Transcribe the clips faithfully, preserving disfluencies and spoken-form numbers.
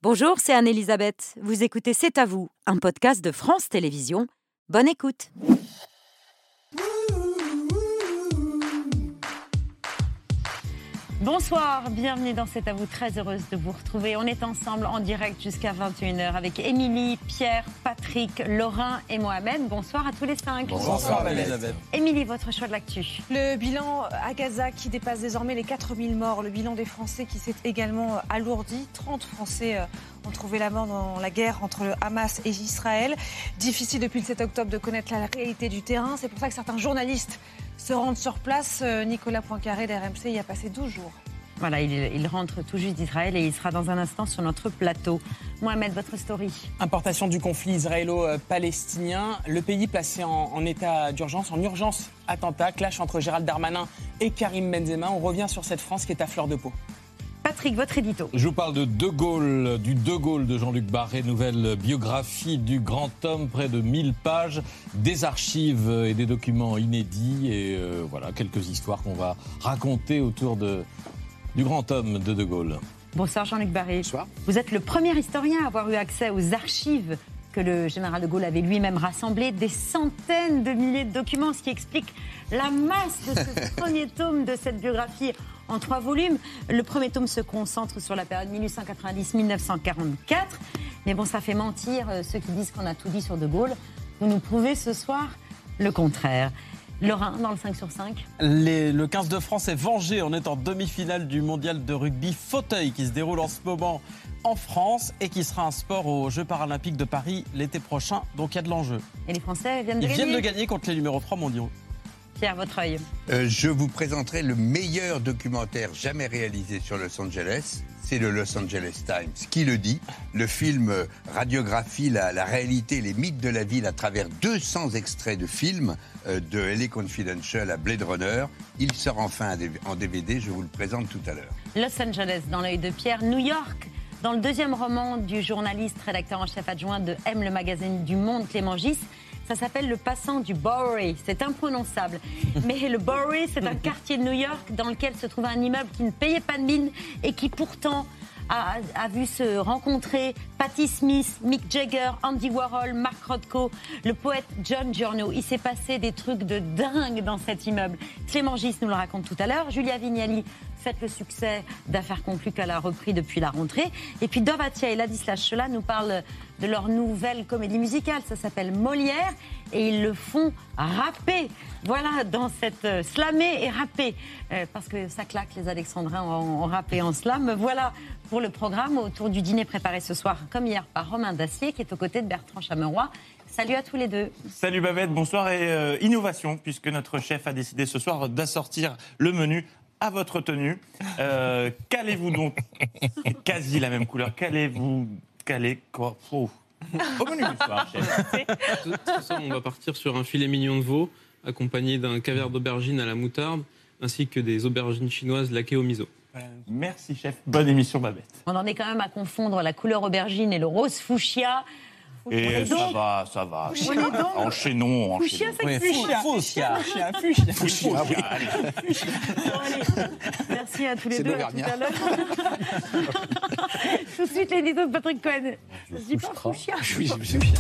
Bonjour, c'est Anne-Elisabeth. Vous écoutez C'est à vous, un podcast de France Télévisions. Bonne écoute. Bonsoir, bienvenue dans C'est à vous, très heureuse de vous retrouver. On est ensemble en direct jusqu'à vingt et une heures avec Émilie, Pierre, Patrick, Laurent et Mohamed. Bonsoir à tous les cinq. Bonsoir, Bonsoir Elisabeth. Émilie, votre choix de l'actu. Le bilan à Gaza qui dépasse désormais les quatre mille morts. Le bilan des Français qui s'est également alourdi. trente Français ont trouvé la mort dans la guerre entre le Hamas et Israël. Difficile depuis le sept octobre de connaître la réalité du terrain. C'est pour ça que certains journalistes se rendent sur place. Nicolas Poincaré d'R M C y a passé douze jours. Voilà, il, il rentre tout juste d'Israël et il sera dans un instant sur notre plateau. Mohamed, votre story. Importation du conflit israélo-palestinien. Le pays placé en, en état d'urgence, en urgence attentat. Clash entre Gérald Darmanin et Karim Benzema. On revient sur cette France qui est à fleur de peau. Patrick, votre édito. Je vous parle de De Gaulle, du De Gaulle de Jean-Luc Barré, nouvelle biographie du grand homme, près de mille pages, des archives et des documents inédits et euh, voilà, quelques histoires qu'on va raconter autour de, du grand homme de De Gaulle. Bonsoir Jean-Luc Barré. Bonsoir. Vous êtes le premier historien à avoir eu accès aux archives que le général de Gaulle avait lui-même rassemblées, des centaines de milliers de documents, ce qui explique la masse de ce premier tome de cette biographie en trois volumes. Le premier tome se concentre sur la période dix-huit cent quatre-vingt-dix à dix-neuf cent quarante-quatre. Mais bon, ça fait mentir ceux qui disent qu'on a tout dit sur De Gaulle. Vous nous prouvez ce soir le contraire. Laurent, dans le cinq sur cinq. Les, le quinze de France est vengé. On est en demi-finale du mondial de rugby fauteuil qui se déroule en ce moment en France et qui sera un sport aux Jeux paralympiques de Paris l'été prochain. Donc il y a de l'enjeu. Et les Français viennent de Ils gagner. viennent de gagner contre les numéros trois mondiaux. Pierre, votre œil. Euh, je vous présenterai le meilleur documentaire jamais réalisé sur Los Angeles. C'est le Los Angeles Times qui le dit. Le film radiographie la, la réalité, les mythes de la ville à travers deux cents extraits de films euh, de L A Confidential à Blade Runner. Il sort enfin en D V D, je vous le présente tout à l'heure. Los Angeles, dans l'œil de Pierre. New York, dans le deuxième roman du journaliste, rédacteur en chef adjoint de M, le magazine du Monde, Clément Gis. Ça s'appelle Le Passant du Bowery. C'est imprononçable. Mais le Bowery, c'est un quartier de New York dans lequel se trouve un immeuble qui ne payait pas de mine et qui pourtant a, a vu se rencontrer Patti Smith, Mick Jagger, Andy Warhol, Mark Rothko, le poète John Giorno. Il s'est passé des trucs de dingue dans cet immeuble. Clément Gis nous le raconte tout à l'heure. Julia Vignali fête le succès d'Affaires conclues qu'elle a repris depuis la rentrée. Et puis Dov Atia et Ladislas Chola nous parlent de leur nouvelle comédie musicale. Ça s'appelle Molière et ils le font rapper. Voilà, dans cette euh, slammer et rapper. Euh, parce que ça claque, les Alexandrins en, en rap et en slam. Voilà pour le programme autour du dîner préparé ce soir, comme hier, par Romain Dacier, qui est aux côtés de Bertrand Chameroy. Salut à tous les deux. Salut Babette, bonsoir et euh, innovation, puisque notre chef a décidé ce soir d'assortir le menu à votre tenue. Euh, qu'allez-vous donc, quasi la même couleur, qu'allez-vous, qu'allez, quoi, oh. Au menu du soir, chef. Ce soir, on va partir sur un filet mignon de veau, accompagné d'un caviar d'aubergine à la moutarde, ainsi que des aubergines chinoises laquées au miso. Merci chef, bonne émission Babette. On en est quand même à confondre la couleur aubergine et le rose fuchsia. Et donc, ça va, ça va. on est donc- Enchaînons, enchaînons. Fuchsia, c'est Oui, que fuchsia, fuchsia, fuchsia, fuchsia. Fuchsia, allez. Bon, allez. Merci à tous les deux. À tout à l'heure. Tout de suite, l'édito de Patrick Cohen. Ça se dit pas fuchsia. Oui, c'est bien.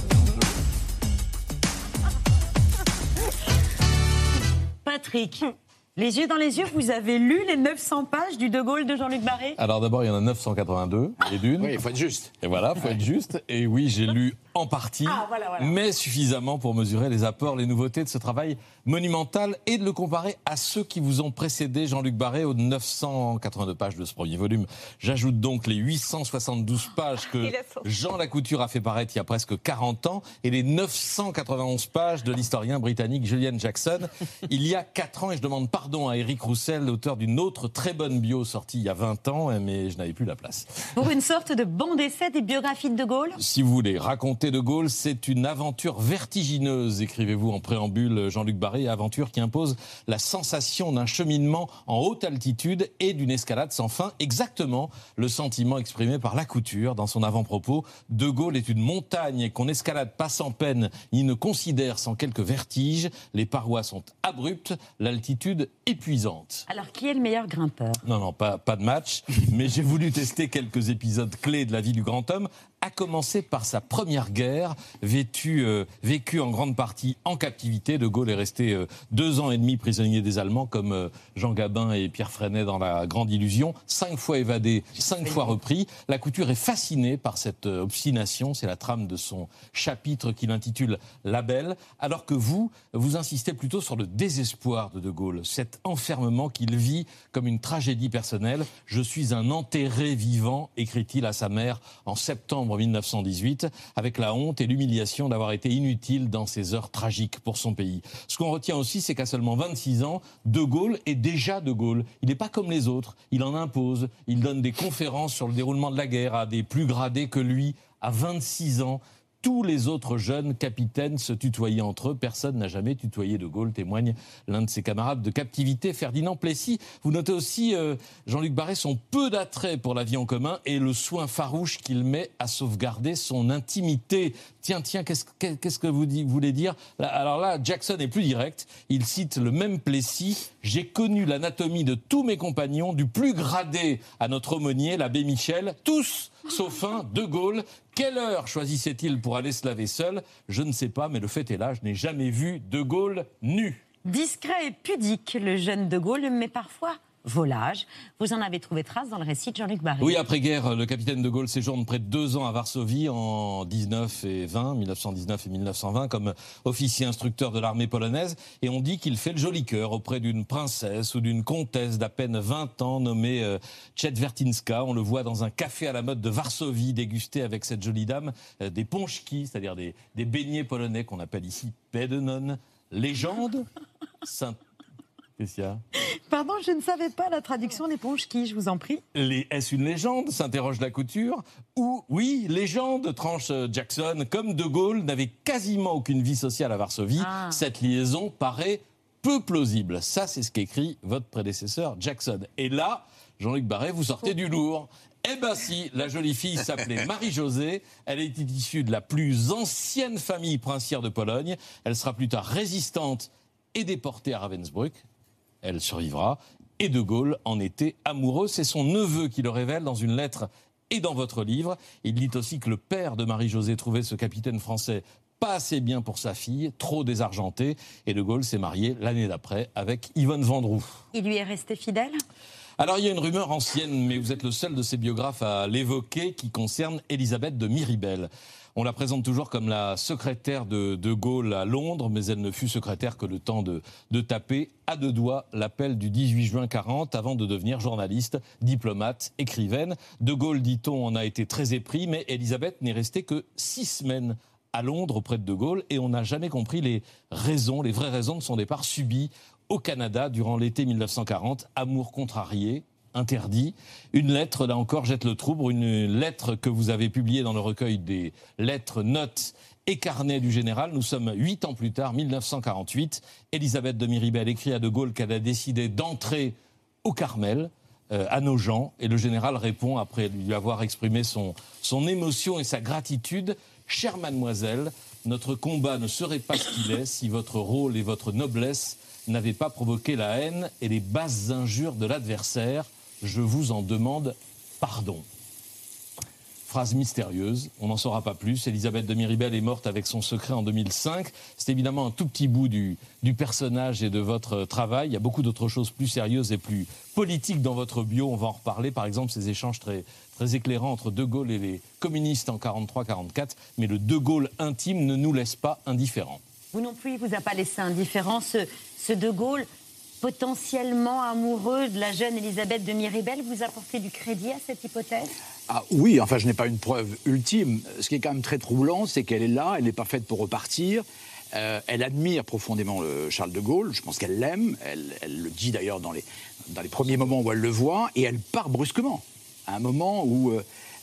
Patrick, les yeux dans les yeux, vous avez lu les neuf cents pages du De Gaulle de Jean-Luc Barré ? Alors d'abord, il y en a neuf cent quatre-vingt-deux, et d'une. Oui, il faut être juste. Et voilà, il faut être juste. Et oui, j'ai lu en partie, Ah, voilà, voilà. mais suffisamment pour mesurer les apports, les nouveautés de ce travail monumental et de le comparer à ceux qui vous ont précédé, Jean-Luc Barré, aux neuf cent quatre-vingt-deux pages de ce premier volume. J'ajoute donc les huit cent soixante-douze pages que Jean Lacouture a fait paraître il y a presque quarante ans et les neuf cent quatre-vingt-onze pages de l'historien britannique Julian Jackson il y a quatre ans. Et je demande pardon à Éric Roussel, l'auteur d'une autre très bonne bio sortie il y a vingt ans, mais je n'avais plus la place. Pour une sorte de banc d'essai des biographies de De Gaulle ? Si vous voulez raconter affronter De Gaulle, c'est une aventure vertigineuse, écrivez-vous en préambule, Jean-Luc Barré, aventure qui impose la sensation d'un cheminement en haute altitude et d'une escalade sans fin, exactement le sentiment exprimé par Lacouture dans son avant-propos. De Gaulle est une montagne qu'on escalade pas sans peine, ni ne considère sans quelques vertiges. Les parois sont abruptes, l'altitude épuisante. Alors, qui est le meilleur grimpeur ? Non, non, pas, pas de match, mais j'ai voulu tester quelques épisodes clés de la vie du grand homme, à commencer par sa première guerre, vécue, euh, vécue en grande partie en captivité. De Gaulle est resté euh, deux ans et demi prisonnier des Allemands, comme euh, Jean Gabin et Pierre Freinet dans La Grande Illusion. Cinq fois évadé, cinq fois repris. Lacouture est fasciné par cette euh, obstination. C'est la trame de son chapitre qu'il intitule « La Belle », alors que vous, vous insistez plutôt sur le désespoir de De Gaulle, cet enfermement qu'il vit comme une tragédie personnelle. « Je suis un enterré vivant », écrit-il à sa mère en septembre mille neuf cent dix-huit, avec la honte et l'humiliation d'avoir été inutile dans ces heures tragiques pour son pays. Ce qu'on retient aussi, c'est qu'à seulement vingt-six ans, De Gaulle est déjà De Gaulle. Il n'est pas comme les autres, il en impose, il donne des conférences sur le déroulement de la guerre à des plus gradés que lui. À vingt-six ans, tous les autres jeunes capitaines se tutoyaient entre eux. Personne n'a jamais tutoyé De Gaulle, témoigne l'un de ses camarades de captivité, Ferdinand Plessis. Vous notez aussi, euh, Jean-Luc Barré, son peu d'attrait pour la vie en commun et le soin farouche qu'il met à sauvegarder son intimité. Tiens, tiens, qu'est-ce, qu'est-ce que vous voulez dire ? Alors là, Jackson est plus direct. Il cite le même Plessis. « J'ai connu l'anatomie de tous mes compagnons, du plus gradé à notre aumônier, l'abbé Michel, tous, sauf un, De Gaulle. Quelle heure choisissait-il pour aller se laver seul ? Je ne sais pas, mais le fait est là, je n'ai jamais vu De Gaulle nu. » Discret et pudique, le jeune De Gaulle, mais parfois volage. Vous en avez trouvé trace dans le récit de Jean-Luc Barré. Oui, après-guerre, le capitaine De Gaulle séjourne près de deux ans à Varsovie en dix-neuf et vingt, mille neuf cent dix-neuf et mille neuf cent vingt, comme officier instructeur de l'armée polonaise. Et on dit qu'il fait le joli cœur auprès d'une princesse ou d'une comtesse d'à peine vingt ans nommée euh, Czetwertyńska. On le voit dans un café à la mode de Varsovie déguster avec cette jolie dame euh, des pączki, c'est-à-dire des, des beignets polonais qu'on appelle ici pédenon. Légende Saint... Qu'est-ce qu'il y a ? Pardon, je ne savais pas la traduction des pączki, je vous en prie. Les, est-ce une légende ? S'interroge Lacouture. Ou, oui, légende, tranche Jackson. Comme De Gaulle n'avait quasiment aucune vie sociale à Varsovie, ah. cette liaison paraît peu plausible. Ça, c'est ce qu'écrit votre prédécesseur Jackson. Et là, Jean-Luc Barré, vous sortez du lourd. Eh ben si, la jolie fille s'appelait Marie-Josée. Elle était issue de la plus ancienne famille princière de Pologne. Elle sera plus tard résistante et déportée à Ravensbrück. Elle survivra. Et De Gaulle en était amoureux. C'est son neveu qui le révèle dans une lettre et dans votre livre. Il dit aussi que le père de Marie-Josée trouvait ce capitaine français pas assez bien pour sa fille, trop désargenté. Et De Gaulle s'est marié l'année d'après avec Yvonne Vendroux. Il lui est resté fidèle ? Alors, il y a une rumeur ancienne, mais vous êtes le seul de ces biographes à l'évoquer, qui concerne Élisabeth de Miribel. On la présente toujours comme la secrétaire de De Gaulle à Londres, mais elle ne fut secrétaire que le temps de, de taper à deux doigts l'appel du dix-huit juin quarante, avant de devenir journaliste, diplomate, écrivaine. De Gaulle, dit-on, en a été très épris, mais Élisabeth n'est restée que six semaines à Londres auprès de De Gaulle, et on n'a jamais compris les raisons, les vraies raisons de son départ subi au Canada durant l'été mille neuf cent quarante. Amour contrarié, interdit. Une lettre, là encore, jette le trouble. Une lettre que vous avez publiée dans le recueil des lettres, notes et carnets du général. Nous sommes huit ans plus tard, mille neuf cent quarante-huit. Élisabeth de Miribel écrit à De Gaulle qu'elle a décidé d'entrer au Carmel, euh, à Nogent. Et le général répond, après lui avoir exprimé son, son émotion et sa gratitude: « Chère mademoiselle, notre combat ne serait pas ce qu'il est si votre rôle et votre noblesse n'avaient pas provoqué la haine et les basses injures de l'adversaire. Je vous en demande pardon. » Phrase mystérieuse, on n'en saura pas plus. Élisabeth de Miribel est morte avec son secret en deux mille cinq. C'est évidemment un tout petit bout du, du personnage et de votre travail. Il y a beaucoup d'autres choses plus sérieuses et plus politiques dans votre bio. On va en reparler, par exemple, ces échanges très, très éclairants entre De Gaulle et les communistes en quarante-trois quarante-quatre. Mais le De Gaulle intime ne nous laisse pas indifférents. Vous non plus, il ne vous a pas laissé indifférent, ce, ce De Gaulle potentiellement amoureux de la jeune Élisabeth de Miribel. Vous apportez du crédit à cette hypothèse ? Ah oui, enfin je n'ai pas une preuve ultime. Ce qui est quand même très troublant, c'est qu'elle est là, elle n'est pas faite pour repartir. Euh, elle admire profondément le Charles de Gaulle, je pense qu'elle l'aime, elle, elle le dit d'ailleurs dans les, dans les premiers moments où elle le voit, et elle part brusquement, à un moment où euh,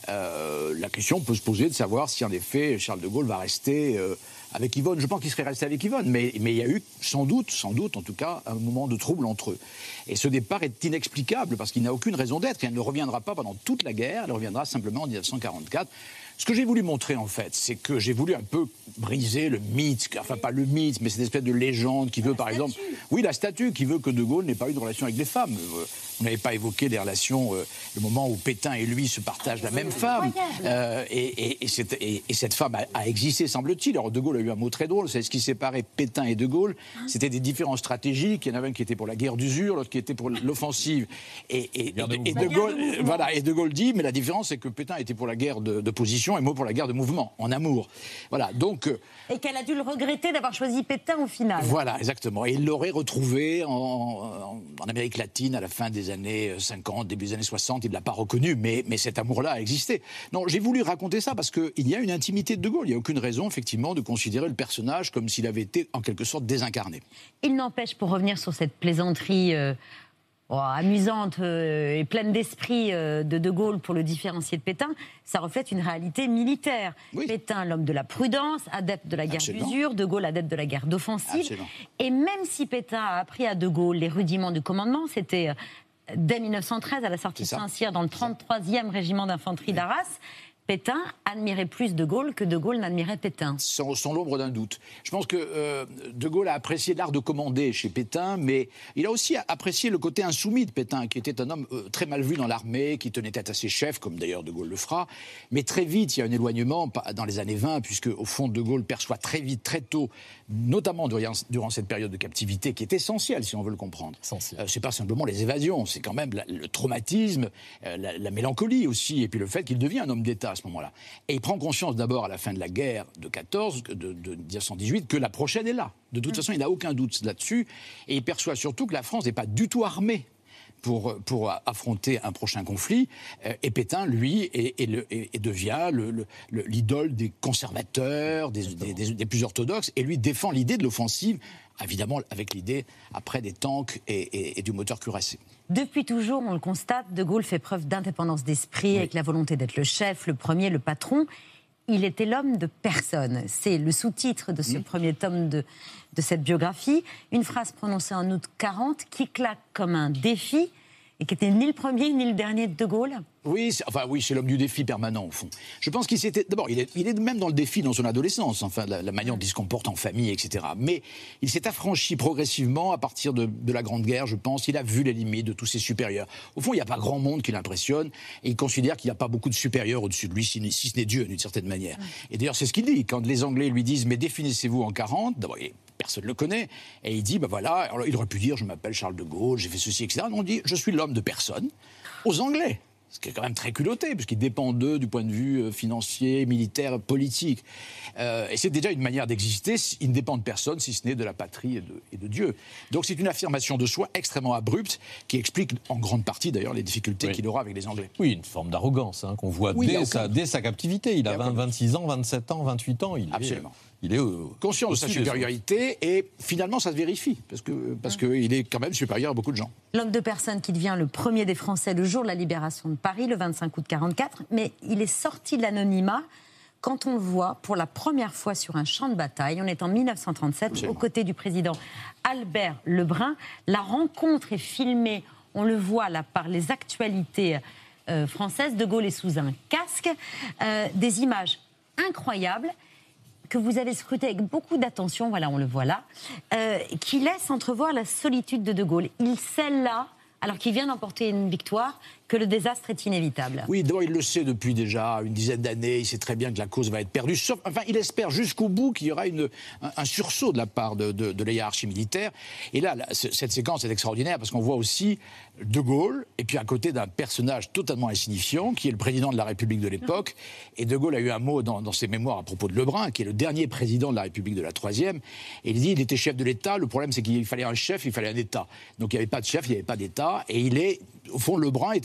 euh, la question peut se poser de savoir si en effet Charles de Gaulle va rester euh, avec Yvonne. Je pense qu'il serait resté avec Yvonne, mais, mais il y a eu sans doute, sans doute en tout cas, un moment de trouble entre eux. Et ce départ est inexplicable parce qu'il n'a aucune raison d'être. Il ne reviendra pas pendant toute la guerre, il reviendra simplement en dix-neuf cent quarante-quatre. Ce que j'ai voulu montrer, en fait, c'est que j'ai voulu un peu briser le mythe, enfin pas le mythe, mais cette espèce de légende qui veut, la par statue. exemple... Oui, la statue, qui veut que De Gaulle n'ait pas eu de relation avec les femmes. Vous n'avez pas évoqué les relations, euh, le moment où Pétain et lui se partagent la même femme. Euh, et, et, et, cette, et, et cette femme a, a existé, semble-t-il. Alors De Gaulle a eu un mot très drôle, c'est ce qui séparait Pétain et De Gaulle. C'était des différences stratégiques. Il y en avait un qui était pour la guerre d'usure, l'autre qui était pour l'offensive. Et, et, et, de, et de Gaulle, voilà, et De Gaulle dit, mais la différence, c'est que Pétain était pour la guerre de, de position et moi pour la guerre de mouvement, en amour. Voilà, donc... Euh, et qu'elle a dû le regretter d'avoir choisi Pétain au final. Voilà, exactement. Et il l'aurait retrouvé en, en, en Amérique latine à la fin des années cinquante, début des années soixante. Il ne l'a pas reconnu, mais, mais cet amour-là a existé. Non, j'ai voulu raconter ça parce qu'il y a une intimité de De Gaulle. Il n'y a aucune raison, effectivement, de considérer le personnage comme s'il avait été, en quelque sorte, désincarné. Il n'empêche, pour revenir sur cette plaisanterie... Euh... Oh, amusante euh, et pleine d'esprit euh, de De Gaulle pour le différencier de Pétain, ça reflète une réalité militaire. Oui. Pétain, l'homme de la prudence, adepte de la guerre d'usure, De Gaulle, adepte de la guerre d'offensive. Absolument. Et même si Pétain a appris à De Gaulle les rudiments du commandement, c'était euh, dès mille neuf cent treize à la sortie de Saint-Cyr dans le trente-troisième régiment d'infanterie oui. d'Arras, Pétain admirait plus De Gaulle que De Gaulle n'admirait Pétain. Sans, sans l'ombre d'un doute. Je pense que euh, De Gaulle a apprécié l'art de commander chez Pétain, mais il a aussi apprécié le côté insoumis de Pétain, qui était un homme euh, très mal vu dans l'armée, qui tenait tête à ses chefs, comme d'ailleurs De Gaulle le fera. Mais très vite, il y a un éloignement dans les années vingt, puisque au fond, De Gaulle perçoit très vite, très tôt, notamment durant, durant cette période de captivité, qui est essentielle, si on veut le comprendre. Euh, c'est pas simplement les évasions, c'est quand même la, le traumatisme, euh, la, la mélancolie aussi, et puis le fait qu'il devient un homme d'État à ce moment-là. Et il prend conscience d'abord à la fin de la guerre de quatorze, de, de mille neuf cent dix-huit, que la prochaine est là. De toute mmh. façon, il n'a aucun doute là-dessus. Et il perçoit surtout que la France n'est pas du tout armée pour, pour affronter un prochain conflit. Et Pétain, lui, est, est le, est, devient le, le, le, l'idole des conservateurs, des, des, des, des plus orthodoxes, et lui défend l'idée de l'offensive, évidemment avec l'idée, après, des tanks et, et, et du moteur cuirassé. Depuis toujours, on le constate, De Gaulle fait preuve d'indépendance d'esprit, oui. avec la volonté d'être le chef, le premier, le patron. Il était l'homme de personne. C'est le sous-titre de ce mmh. premier tome de, de cette biographie. Une phrase prononcée en août quarante qui claque comme un défi et qui n'était ni le premier ni le dernier de De Gaulle. Oui, c'est, enfin oui, c'est l'homme du défi permanent au fond. Je pense qu'il s'était d'abord, il est, il est même dans le défi dans son adolescence, enfin la, la manière dont il se comporte en famille, et cetera. Mais il s'est affranchi progressivement à partir de, de la Grande Guerre, je pense. Il a vu les limites de tous ses supérieurs. Au fond, il n'y a pas grand monde qui l'impressionne, et il considère qu'il n'y a pas beaucoup de supérieurs au-dessus de lui, si, si ce n'est Dieu, d'une certaine manière. Et d'ailleurs, c'est ce qu'il dit quand les Anglais lui disent "Mais définissez-vous en quarante", d'abord, personne ne le connaît, et il dit "Ben voilà", alors il aurait pu dire "Je m'appelle Charles de Gaulle, j'ai fait ceci, et cetera" Non, on dit "Je suis l'homme de personne", aux Anglais. Ce qui est quand même très culotté, puisqu'il dépend d'eux du point de vue financier, militaire, politique. Euh, et c'est déjà une manière d'exister. Il ne dépend de personne, si ce n'est de la patrie et de, et de Dieu. Donc c'est une affirmation de soi extrêmement abrupte, qui explique en grande partie d'ailleurs les difficultés oui. qu'il aura avec les Anglais. Oui, une forme d'arrogance hein, qu'on voit oui, dès, aucun... sa, dès sa captivité. Il a vingt, vingt-six ans, vingt-sept ans, vingt-huit ans. Il Absolument. Est... Il est euh, conscient de sa supériorité et finalement ça se vérifie parce que parce que il est quand même supérieur à beaucoup de gens. L'homme de personne qui devient le premier des Français le jour de la libération de Paris, le vingt-cinq août quarante-quatre, mais il est sorti de l'anonymat quand on le voit pour la première fois sur un champ de bataille. On est en mille neuf cent trente-sept Absolument. Aux côtés du président Albert Lebrun. La rencontre est filmée, on le voit là par les actualités euh, françaises. De Gaulle est sous un casque, euh, des images incroyables que vous avez scruté avec beaucoup d'attention, voilà, on le voit là, euh, qui laisse entrevoir la solitude de De Gaulle. Il sait là, alors qu'il vient d'emporter une victoire, que le désastre est inévitable. Oui, d'abord, il le sait depuis déjà une dizaine d'années. Il sait très bien que la cause va être perdue. Sauf, enfin, il espère jusqu'au bout qu'il y aura une, un, un sursaut de la part de, de, de la hiérarchie militaire. Et là, là, cette séquence est extraordinaire parce qu'on voit aussi De Gaulle, et puis à côté d'un personnage totalement insignifiant, qui est le président de la République de l'époque. Et De Gaulle a eu un mot dans, dans ses mémoires à propos de Lebrun, qui est le dernier président de la République de la Troisième. Et il dit il était chef de l'État. Le problème, c'est qu'il fallait un chef, il fallait un État. Donc il n'y avait pas de chef, il n'y avait pas d'État. Et il est, au fond, Lebrun est un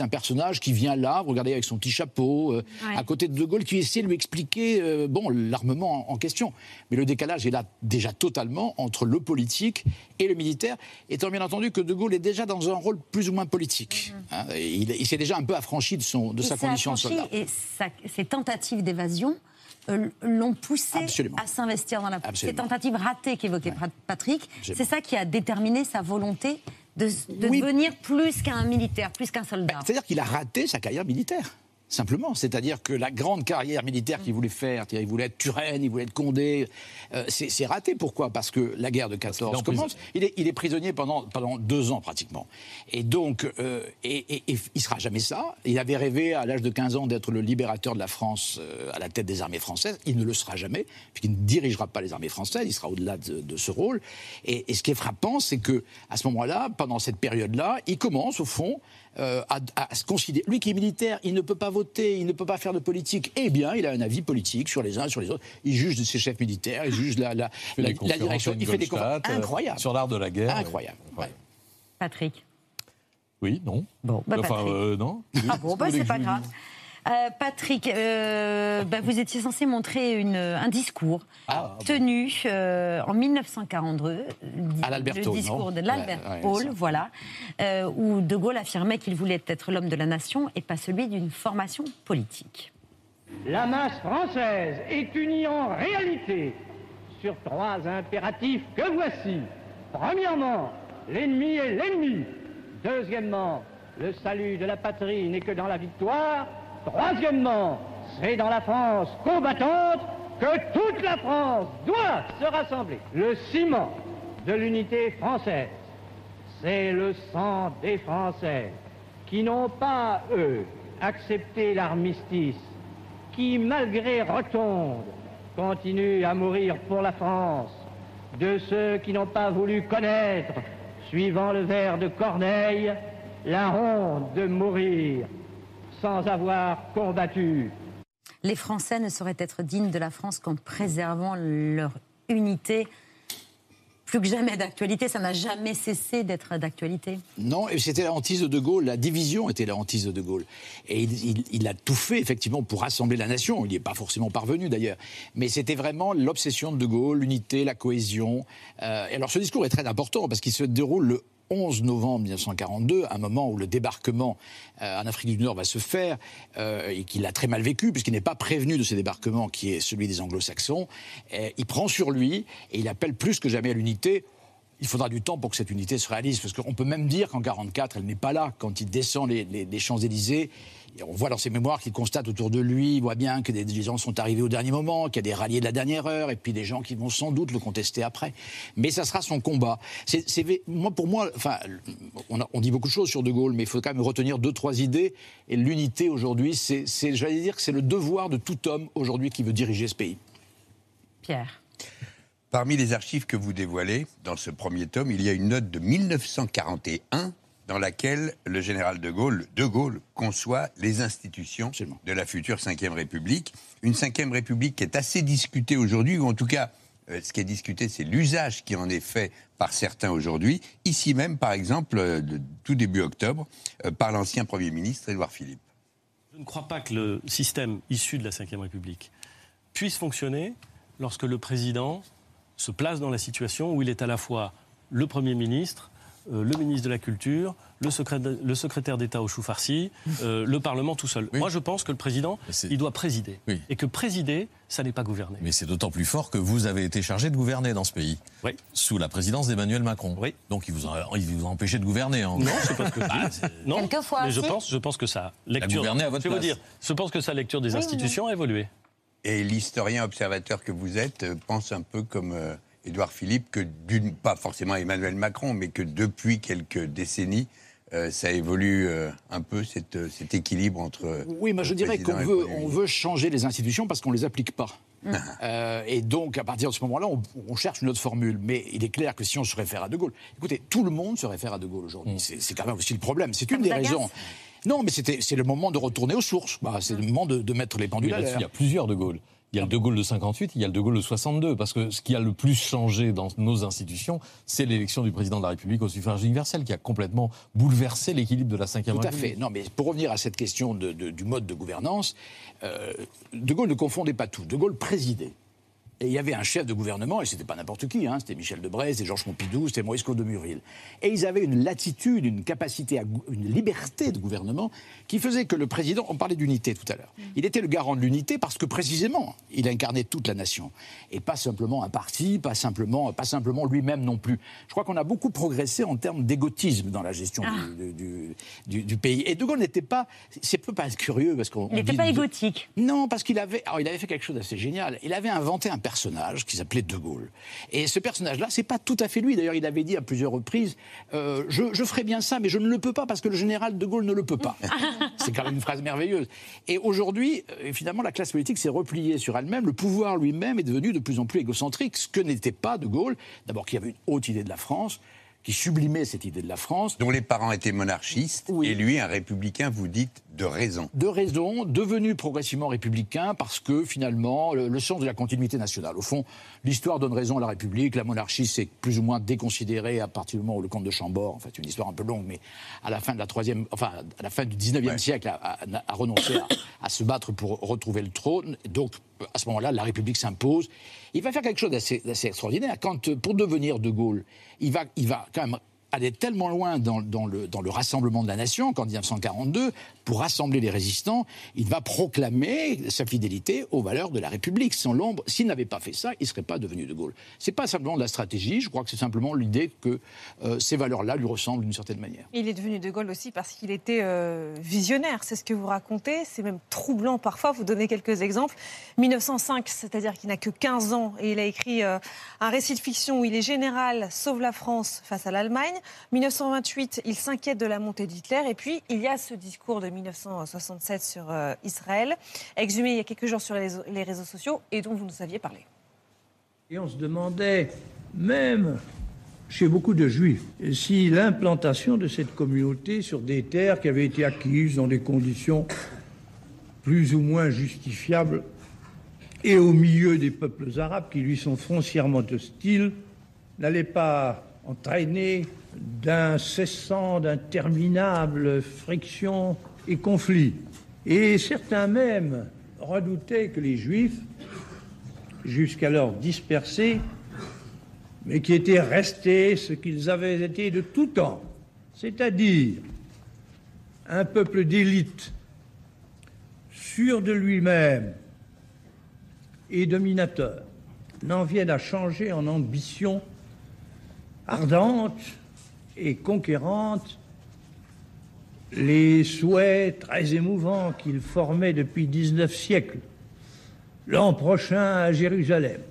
personnage qui vient là, regardez, avec son petit chapeau, euh, ouais. à côté de De Gaulle, qui essaie de lui expliquer euh, bon, l'armement en, en question. Mais le décalage est là déjà totalement entre le politique et le militaire, étant bien entendu que De Gaulle est déjà dans un rôle plus ou moins politique. Mmh. Hein, il il s'est déjà un peu affranchi de, son, de sa condition de soldat. Et sa, ses tentatives d'évasion euh, l'ont poussé Absolument. à s'investir dans la politique. Ces tentatives ratées qu'évoquait ouais. Patrick, Absolument. c'est ça qui a déterminé sa volonté de, de oui. devenir plus qu'un militaire, plus qu'un soldat. Ben, c'est-à-dire qu'il a raté sa carrière militaire. Simplement, c'est-à-dire que la grande carrière militaire qu'il voulait faire, il voulait être Turenne, il voulait être Condé, euh, c'est, c'est raté. Pourquoi ? Parce que la guerre de quatorze commence, il est, il est prisonnier pendant, pendant deux ans pratiquement. Et donc, euh, et, et, et il ne sera jamais ça. Il avait rêvé à l'âge de quinze ans d'être le libérateur de la France euh, à la tête des armées françaises. Il ne le sera jamais, puisqu'il ne dirigera pas les armées françaises, il sera au-delà de, de ce rôle. Et, et ce qui est frappant, c'est qu'à ce moment-là, pendant cette période-là, il commence au fond Euh, à, à se considérer. Lui qui est militaire, il ne peut pas voter, il ne peut pas faire de politique. Eh bien, il a un avis politique sur les uns et sur les autres. Il juge de ses chefs militaires, il juge la, la, la, la direction. Il fait des conférences incroyables. Sur l'art de la guerre. Incroyable. Ouais. Ouais. Patrick. Oui, non. Bon, bah enfin, Patrick. Euh, non. Ah bon, bah, c'est pas grave. Euh, Patrick, euh, bah, vous étiez censé montrer une, un discours ah, tenu euh, en mille neuf cent quarante-deux, à l'Alberto, le discours non de l'Albert ouais, ouais, Hall, voilà, euh, où De Gaulle affirmait qu'il voulait être l'homme de la nation et pas celui d'une formation politique. La masse française est unie en réalité sur trois impératifs que voici. Premièrement, l'ennemi est l'ennemi. Deuxièmement, le salut de la patrie n'est que dans la victoire. Troisièmement, c'est dans la France combattante que toute la France doit se rassembler. Le ciment de l'unité française, c'est le sang des Français qui n'ont pas, eux, accepté l'armistice, qui, malgré Rotonde, continuent à mourir pour la France, de ceux qui n'ont pas voulu connaître, suivant le vers de Corneille, la honte de mourir sans avoir combattu. Les Français ne sauraient être dignes de la France qu'en préservant leur unité. Plus que jamais d'actualité, ça n'a jamais cessé d'être d'actualité. Non, et c'était la hantise de De Gaulle, la division était la hantise de De Gaulle. Et il, il, il a tout fait, effectivement, pour rassembler la nation. Il n'y est pas forcément parvenu, d'ailleurs. Mais c'était vraiment l'obsession de De Gaulle, l'unité, la cohésion. Euh, et alors, ce discours est très important, parce qu'il se déroule le onze novembre mille neuf cent quarante-deux, un moment où le débarquement euh, en Afrique du Nord va se faire, euh, et qu'il a très mal vécu, puisqu'il n'est pas prévenu de ce débarquement qui est celui des Anglo-Saxons. Et il prend sur lui, et il appelle plus que jamais à l'unité. Il faudra du temps pour que cette unité se réalise, parce qu'on peut même dire qu'en quarante-quatre, elle n'est pas là. Quand il descend les, les, les Champs-Élysées, et on voit dans ses mémoires qu'il constate autour de lui, il voit bien que des, des gens sont arrivés au dernier moment, qu'il y a des ralliés de la dernière heure, et puis des gens qui vont sans doute le contester après. Mais ça sera son combat. C'est, c'est, moi, pour moi, enfin, on, a, on dit beaucoup de choses sur De Gaulle, mais il faut quand même retenir deux, trois idées. Et l'unité aujourd'hui, c'est, c'est, j'allais dire que c'est le devoir de tout homme aujourd'hui qui veut diriger ce pays. Pierre. Parmi les archives que vous dévoilez, dans ce premier tome, il y a une note de mille neuf cent quarante et un dans laquelle le général de Gaulle, de Gaulle conçoit les institutions Absolument. de la future cinquième République. Une cinquième République qui est assez discutée aujourd'hui, ou en tout cas, euh, ce qui est discuté, c'est l'usage qui en est fait par certains aujourd'hui. Ici même, par exemple, euh, de, tout début octobre, euh, par l'ancien Premier ministre Édouard Philippe. Je ne crois pas que le système issu de la cinquième République puisse fonctionner lorsque le président se place dans la situation où il est à la fois le Premier ministre, euh, le ministre de la Culture, le, secrétaire, le secrétaire d'État au chou farci, euh, le Parlement tout seul. Oui. Moi, je pense que le président, il doit présider. Oui. Et que présider, ça n'est pas gouverner. Mais c'est d'autant plus fort que vous avez été chargé de gouverner dans ce pays. Oui. Sous la présidence d'Emmanuel Macron. Oui. Donc il vous a, il vous a empêché de gouverner. Hein. Non, c'est pas ce que je dis. Bah, non, Quelquefois, mais je pense, je pense que sa lecture... La à votre je vais place. vous dire, je pense que sa lecture des oui, institutions oui. a évolué. Et l'historien observateur que vous êtes euh, pense un peu comme... Euh... Édouard Philippe, que d'une, pas forcément Emmanuel Macron, mais que depuis quelques décennies, euh, ça évolue euh, un peu cette, cet équilibre entre. Oui, mais je dirais qu'on veut, on veut changer les institutions parce qu'on ne les applique pas. Mmh. Euh, et donc, à partir de ce moment-là, on, on cherche une autre formule. Mais il est clair que si on se réfère à De Gaulle, écoutez, tout le monde se réfère à De Gaulle aujourd'hui. Mmh. C'est, c'est quand même aussi le problème. C'est ça une des agace. raisons. Non, mais c'était, c'est le moment de retourner aux sources. Bah, c'est le moment de, de mettre les pendules à l'heure. Il y a plusieurs De Gaulle. Il y a le De Gaulle de cinquante-huit, il y a le De Gaulle de soixante-deux, parce que ce qui a le plus changé dans nos institutions, c'est l'élection du président de la République au suffrage universel, qui a complètement bouleversé l'équilibre de la cinquième Tout à République. fait. Non, mais pour revenir à cette question de, de, du mode de gouvernance, euh, De Gaulle ne confondait pas tout. De Gaulle présidait. Et il y avait un chef de gouvernement, et c'était pas n'importe qui, hein, c'était Michel Debré, c'était Georges Pompidou, c'était Maurice Claude de Murville. Et ils avaient une latitude, une capacité, à, une liberté de gouvernement qui faisait que le président, on parlait d'unité tout à l'heure, il était le garant de l'unité parce que précisément, il incarnait toute la nation. Et pas simplement un parti, pas simplement, pas simplement lui-même non plus. Je crois qu'on a beaucoup progressé en termes d'égotisme dans la gestion ah. du, du, du, du pays. Et De Gaulle n'était pas, c'est peut pas être curieux parce qu'on... Il n'était pas égotique. De... Non, parce qu'il avait, alors il avait fait quelque chose d'assez génial. Il avait inventé un personnage qui s'appelait De Gaulle. Et ce personnage-là, c'est pas tout à fait lui. D'ailleurs, il avait dit à plusieurs reprises euh, je, je ferai bien ça, mais je ne le peux pas parce que le général De Gaulle ne le peut pas. C'est quand même une phrase merveilleuse. Et aujourd'hui, euh, finalement, la classe politique s'est repliée sur elle-même. Le pouvoir lui-même est devenu de plus en plus égocentrique, ce que n'était pas De Gaulle. D'abord, qui avait une haute idée de la France, qui sublimait cette idée de la France. Dont les parents étaient monarchistes, oui. Et lui, un républicain, vous dites, de raison. De raison, devenu progressivement républicain, parce que, finalement, le, le sens de la continuité nationale. Au fond, l'histoire donne raison à la République, la monarchie s'est plus ou moins déconsidérée à partir du moment où le comte de Chambord, en fait, une histoire un peu longue, mais à la fin de la troisième, enfin, à la fin du dix-neuvième ouais. siècle, a, a, a renoncé à, à se battre pour retrouver le trône. Donc, à ce moment-là, la République s'impose. Il va faire quelque chose d'assez, d'assez extraordinaire. Quand, pour devenir De Gaulle, il va, il va quand même aller tellement loin dans, dans, le, dans le rassemblement de la nation qu'en dix-neuf cent quarante-deux, pour rassembler les résistants, il va proclamer sa fidélité aux valeurs de la République. Sans l'ombre, s'il n'avait pas fait ça, il ne serait pas devenu De Gaulle. Ce n'est pas simplement de la stratégie, je crois que c'est simplement l'idée que euh, ces valeurs-là lui ressemblent d'une certaine manière. Il est devenu De Gaulle aussi parce qu'il était euh, visionnaire, c'est ce que vous racontez, c'est même troublant parfois, vous donnez quelques exemples. mille neuf cent cinq, c'est-à-dire qu'il n'a que quinze ans, et il a écrit euh, un récit de fiction où il est général, sauve la France face à l'Allemagne. mille neuf cent vingt-huit, il s'inquiète de la montée d'Hitler. Et puis, il y a ce discours de mille neuf cent soixante-sept sur euh, Israël, exhumé il y a quelques jours sur les, les réseaux sociaux et dont vous nous aviez parlé. Et on se demandait, même chez beaucoup de Juifs, si l'implantation de cette communauté sur des terres qui avaient été acquises dans des conditions plus ou moins justifiables et au milieu des peuples arabes qui lui sont foncièrement hostiles, n'allait pas entraîner d'incessants, d'interminables frictions et conflits. Et certains même redoutaient que les Juifs, jusqu'alors dispersés, mais qui étaient restés ce qu'ils avaient été de tout temps, c'est-à-dire un peuple d'élite, sûr de lui-même et dominateur, n'en viennent à changer en ambition ardente et conquérante les souhaits très émouvants qu'il formait depuis dix-neuf siècles, l'an prochain à Jérusalem.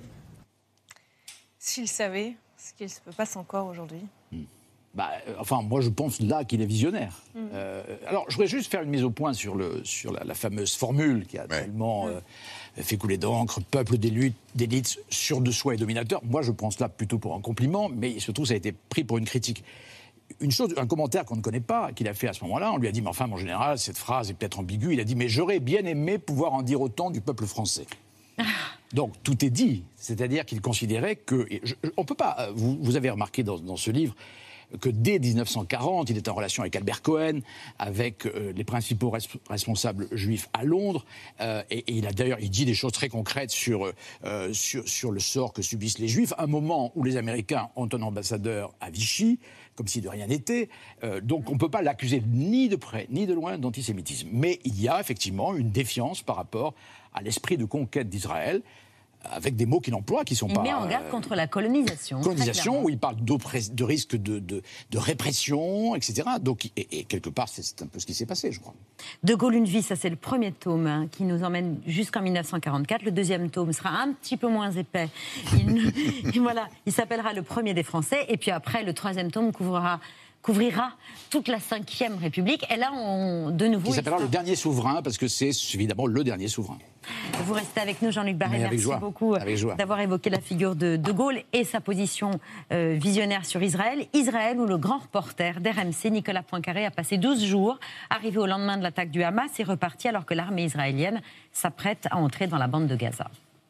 S'il savait ce qu'il se passe encore aujourd'hui. Mmh. Bah, euh, enfin, moi, je pense là qu'il est visionnaire. Mmh. Euh, alors, je voudrais juste faire une mise au point sur, le, sur la, la fameuse formule qui a ouais. tellement euh, fait couler d'encre, peuple d'élite, sûr de soi et dominateur. Moi, je pense là plutôt pour un compliment, mais surtout, ça a été pris pour une critique. Une chose, un commentaire qu'on ne connaît pas, qu'il a fait à ce moment-là, on lui a dit, mais enfin, mon général, cette phrase est peut-être ambiguë. Il a dit, mais j'aurais bien aimé pouvoir en dire autant du peuple français. Donc, tout est dit. C'est-à-dire qu'il considérait que... Je, on peut pas... Vous, vous avez remarqué dans, dans ce livre que dès dix-neuf cent quarante, il était en relation avec Albert Cohen, avec euh, les principaux res- responsables juifs à Londres, euh, et, et il a d'ailleurs, il dit des choses très concrètes sur, euh, sur, sur le sort que subissent les Juifs, un moment où les Américains ont un ambassadeur à Vichy, comme si de rien n'était, euh, donc on ne peut pas l'accuser ni de près ni de loin d'antisémitisme. Mais il y a effectivement une défiance par rapport à l'esprit de conquête d'Israël, avec des mots qu'il emploie qui sont il pas... Il met en garde euh, contre la colonisation. Colonisation, où il parle de risque de, de, de répression, et cetera. Donc, et, et quelque part, c'est un peu ce qui s'est passé, je crois. De Gaulle, une vie, ça c'est le premier tome hein, qui nous emmène jusqu'en mille neuf cent quarante-quatre. Le deuxième tome sera un petit peu moins épais. Il, voilà, il s'appellera Le Premier des Français. Et puis après, le troisième tome couvrira... couvrira toute la cinquième République. Et là, on, de nouveau... Qui s'appellera Le Dernier Souverain, parce que c'est évidemment le dernier souverain. Vous restez avec nous, Jean-Luc Barré. Merci joie. beaucoup d'avoir évoqué la figure de De Gaulle et sa position euh, visionnaire sur Israël. Israël, où le grand reporter d'R M C, Nicolas Poincaré, a passé douze jours, arrivé au lendemain de l'attaque du Hamas et reparti alors que l'armée israélienne s'apprête à entrer dans la bande de Gaza.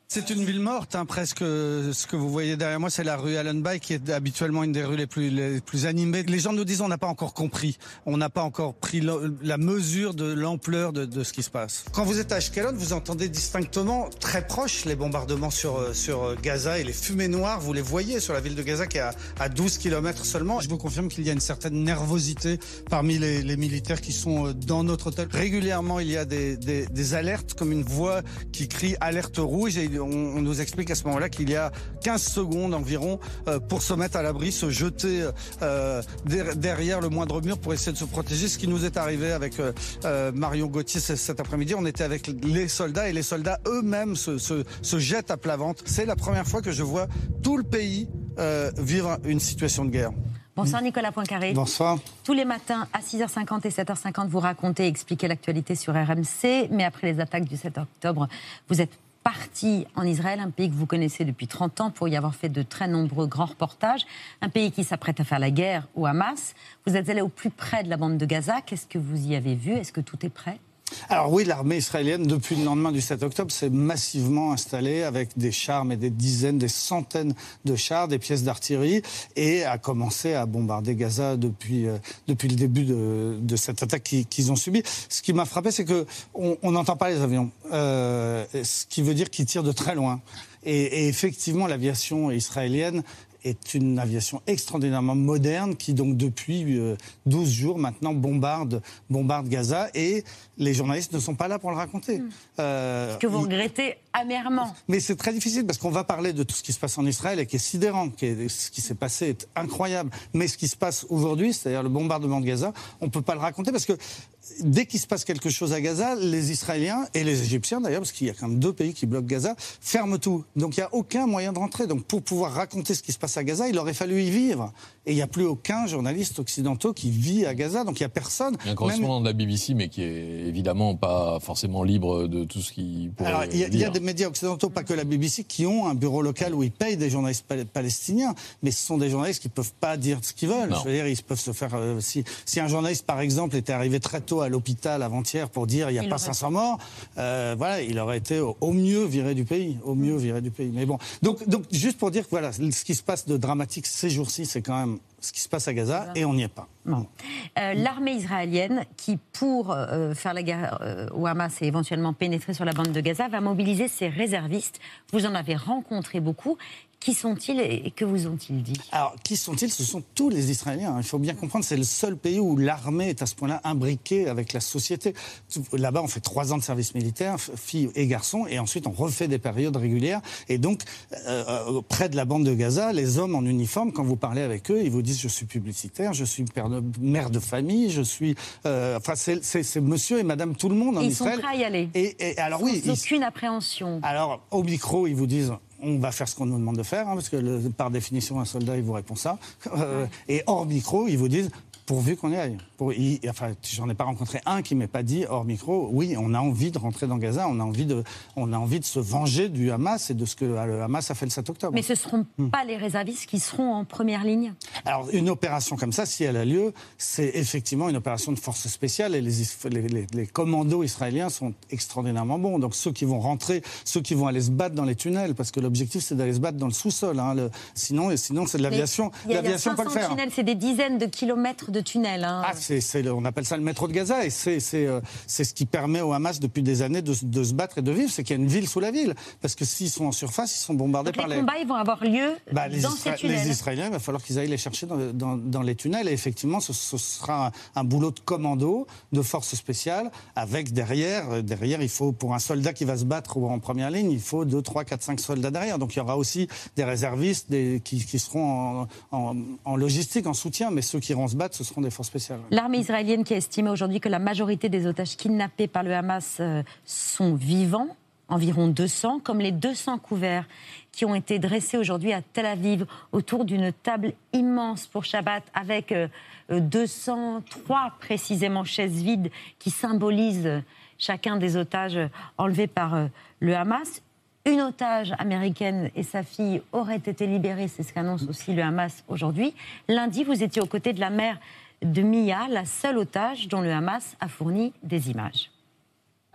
C'est une ville morte, hein, presque. Ce que vous voyez derrière moi, c'est la rue Allenby, qui est habituellement une des rues les plus, les plus animées. Les gens nous disent on n'a pas encore compris, on n'a pas encore pris la mesure de l'ampleur de, de ce qui se passe. Quand vous êtes à Ashkelon, vous entendez distinctement, très proche, les bombardements sur, sur Gaza et les fumées noires, vous les voyez sur la ville de Gaza qui est à, à douze kilomètres seulement. Je vous confirme qu'il y a une certaine nervosité parmi les, les militaires qui sont dans notre hôtel. Régulièrement, il y a des, des, des alertes, comme une voix qui crie alerte rouge, et on, on nous explique à ce moment-là qu'il y a quinze secondes environ euh, pour se mettre à l'abri, se jeter euh, der, derrière le moindre mur pour essayer de se protéger. Ce qui nous est arrivé avec euh, euh, Marion Gauthier cet après-midi, on était avec les soldats et les soldats eux-mêmes se, se, se jettent à plat ventre. C'est la première fois que je vois tout le pays euh, vivre une situation de guerre. Bonsoir Nicolas Poincaré. Bonsoir. Tous les matins à six heures cinquante et sept heures cinquante, vous racontez et expliquez l'actualité sur R M C. Mais après les attaques du sept octobre, vous êtes parti en Israël, un pays que vous connaissez depuis trente ans pour y avoir fait de très nombreux grands reportages. Un pays qui s'apprête à faire la guerre au Hamas. Vous êtes allé au plus près de la bande de Gaza. Qu'est-ce que vous y avez vu? Est-ce que tout est prêt? Alors oui, l'armée israélienne, depuis le lendemain du sept octobre, s'est massivement installée avec des chars, mais des dizaines, des centaines de chars, des pièces d'artillerie, et a commencé à bombarder Gaza depuis, euh, depuis le début de, de cette attaque qu'ils, qu'ils ont subie. Ce qui m'a frappé, c'est qu'on n'entend pas les avions, euh, ce qui veut dire qu'ils tirent de très loin. Et, et effectivement, l'aviation israélienne est une aviation extraordinairement moderne qui, donc, depuis euh, douze jours, maintenant, bombarde, bombarde Gaza. Et les journalistes ne sont pas là pour le raconter. Mmh. Euh, Ce que vous regrettez amèrement. Mais c'est très difficile parce qu'on va parler de tout ce qui se passe en Israël et qui est sidérant. Qui est, ce qui s'est passé est incroyable. Mais ce qui se passe aujourd'hui, c'est-à-dire le bombardement de Gaza, on ne peut pas le raconter parce que dès qu'il se passe quelque chose à Gaza, les Israéliens et les Égyptiens d'ailleurs, parce qu'il y a quand même deux pays qui bloquent Gaza, ferment tout. Donc il n'y a aucun moyen de rentrer. Donc pour pouvoir raconter ce qui se passe à Gaza, il aurait fallu y vivre. Et il n'y a plus aucun journaliste occidentaux qui vit à Gaza. Donc il n'y a personne. Il y a un correspondant même de la B B C, mais qui est évidemment pas forcément libre de tout ce qu'il pourrait Alors, il y, dire. y a des médias occidentaux, pas que la B B C, qui ont un bureau local où ils payent des journalistes pal- palestiniens. Mais ce sont des journalistes qui ne peuvent pas dire ce qu'ils veulent. Non. Je veux dire, ils peuvent se faire... Euh, si, si un journaliste, par exemple, était arrivé très tôt à l'hôpital avant-hier pour dire il n'y a il pas cinq cents morts, euh, voilà, il aurait été au, au mieux viré du pays. Au mieux viré du pays. Mais bon, donc, donc juste pour dire que voilà, ce qui se passe de dramatique ces jours-ci, c'est quand même ce qui se passe à Gaza, et on n'y est pas. Bon. Euh, l'armée israélienne, qui pour euh, faire la guerre euh, au Hamas et éventuellement pénétrer sur la bande de Gaza, va mobiliser ses réservistes. Vous en avez rencontré beaucoup. Qui sont-ils et que vous ont-ils dit? Alors, qui sont-ils? Ce sont tous les Israéliens. Il faut bien comprendre, c'est le seul pays où l'armée est à ce point-là imbriquée avec la société. Là-bas, on fait trois ans de service militaire, filles et garçons, et ensuite on refait des périodes régulières. Et donc, euh, près de la bande de Gaza, les hommes en uniforme, quand vous parlez avec eux, ils vous disent « je suis publicitaire, je suis père de, mère de famille, je suis... Euh, » Enfin, c'est, c'est, c'est monsieur et madame tout le monde en et ils Israël. Ils sont prêts à y aller. Et, et alors, oui, Sans aucune ils... appréhension. Alors, au micro, ils vous disent... on va faire ce qu'on nous demande de faire, hein, parce que le, par définition, un soldat, il vous répond ça. Euh, et hors micro, ils vous disent, pourvu qu'on y aille. Pour, il, enfin, j'en ai pas rencontré un qui m'ait pas dit, hors micro, oui, on a envie de rentrer dans Gaza, on a envie de, on a envie de se venger du Hamas et de ce que le Hamas a fait le sept octobre. Mais ce ne seront hmm. pas les réservistes qui seront en première ligne? Alors, une opération comme ça, si elle a lieu, c'est effectivement une opération de force spéciale et les, les, les, les commandos israéliens sont extraordinairement bons. Donc, ceux qui vont rentrer, ceux qui vont aller se battre dans les tunnels, parce que l'objectif, c'est d'aller se battre dans le sous-sol. Hein, le, sinon, sinon, c'est de l'aviation. Il y a, l'aviation peut le faire. Tunnels, c'est des dizaines de kilomètres de tunnels. Hein. Ah, c'est, c'est, on appelle ça le métro de Gaza, et c'est, c'est, euh, c'est ce qui permet au Hamas depuis des années de, de se battre et de vivre, c'est qu'il y a une ville sous la ville. Parce que s'ils sont en surface, ils sont bombardés Donc par les... les... combats, ils vont avoir lieu bah, les dans Isra... ces tunnels. Les Israéliens, il va falloir qu'ils aillent les chercher dans, dans, dans les tunnels, et effectivement, ce, ce sera un, un boulot de commando, de force spéciale, avec derrière, derrière, il faut, pour un soldat qui va se battre en première ligne, il faut deux, trois, quatre, cinq soldats derrière. Donc il y aura aussi des réservistes des, qui, qui seront en, en, en logistique, en soutien, mais ceux qui iront se battre, ce seront des forces spéciales. L'armée israélienne qui a estimé aujourd'hui que la majorité des otages kidnappés par le Hamas euh, sont vivants, environ deux cents, comme les deux cents couverts qui ont été dressés aujourd'hui à Tel Aviv autour d'une table immense pour Shabbat avec euh, deux cent trois précisément chaises vides qui symbolisent chacun des otages enlevés par euh, le Hamas. Une otage américaine et sa fille auraient été libérées, c'est ce qu'annonce aussi le Hamas aujourd'hui. Lundi, vous étiez aux côtés de la mère de Mia, la seule otage dont le Hamas a fourni des images.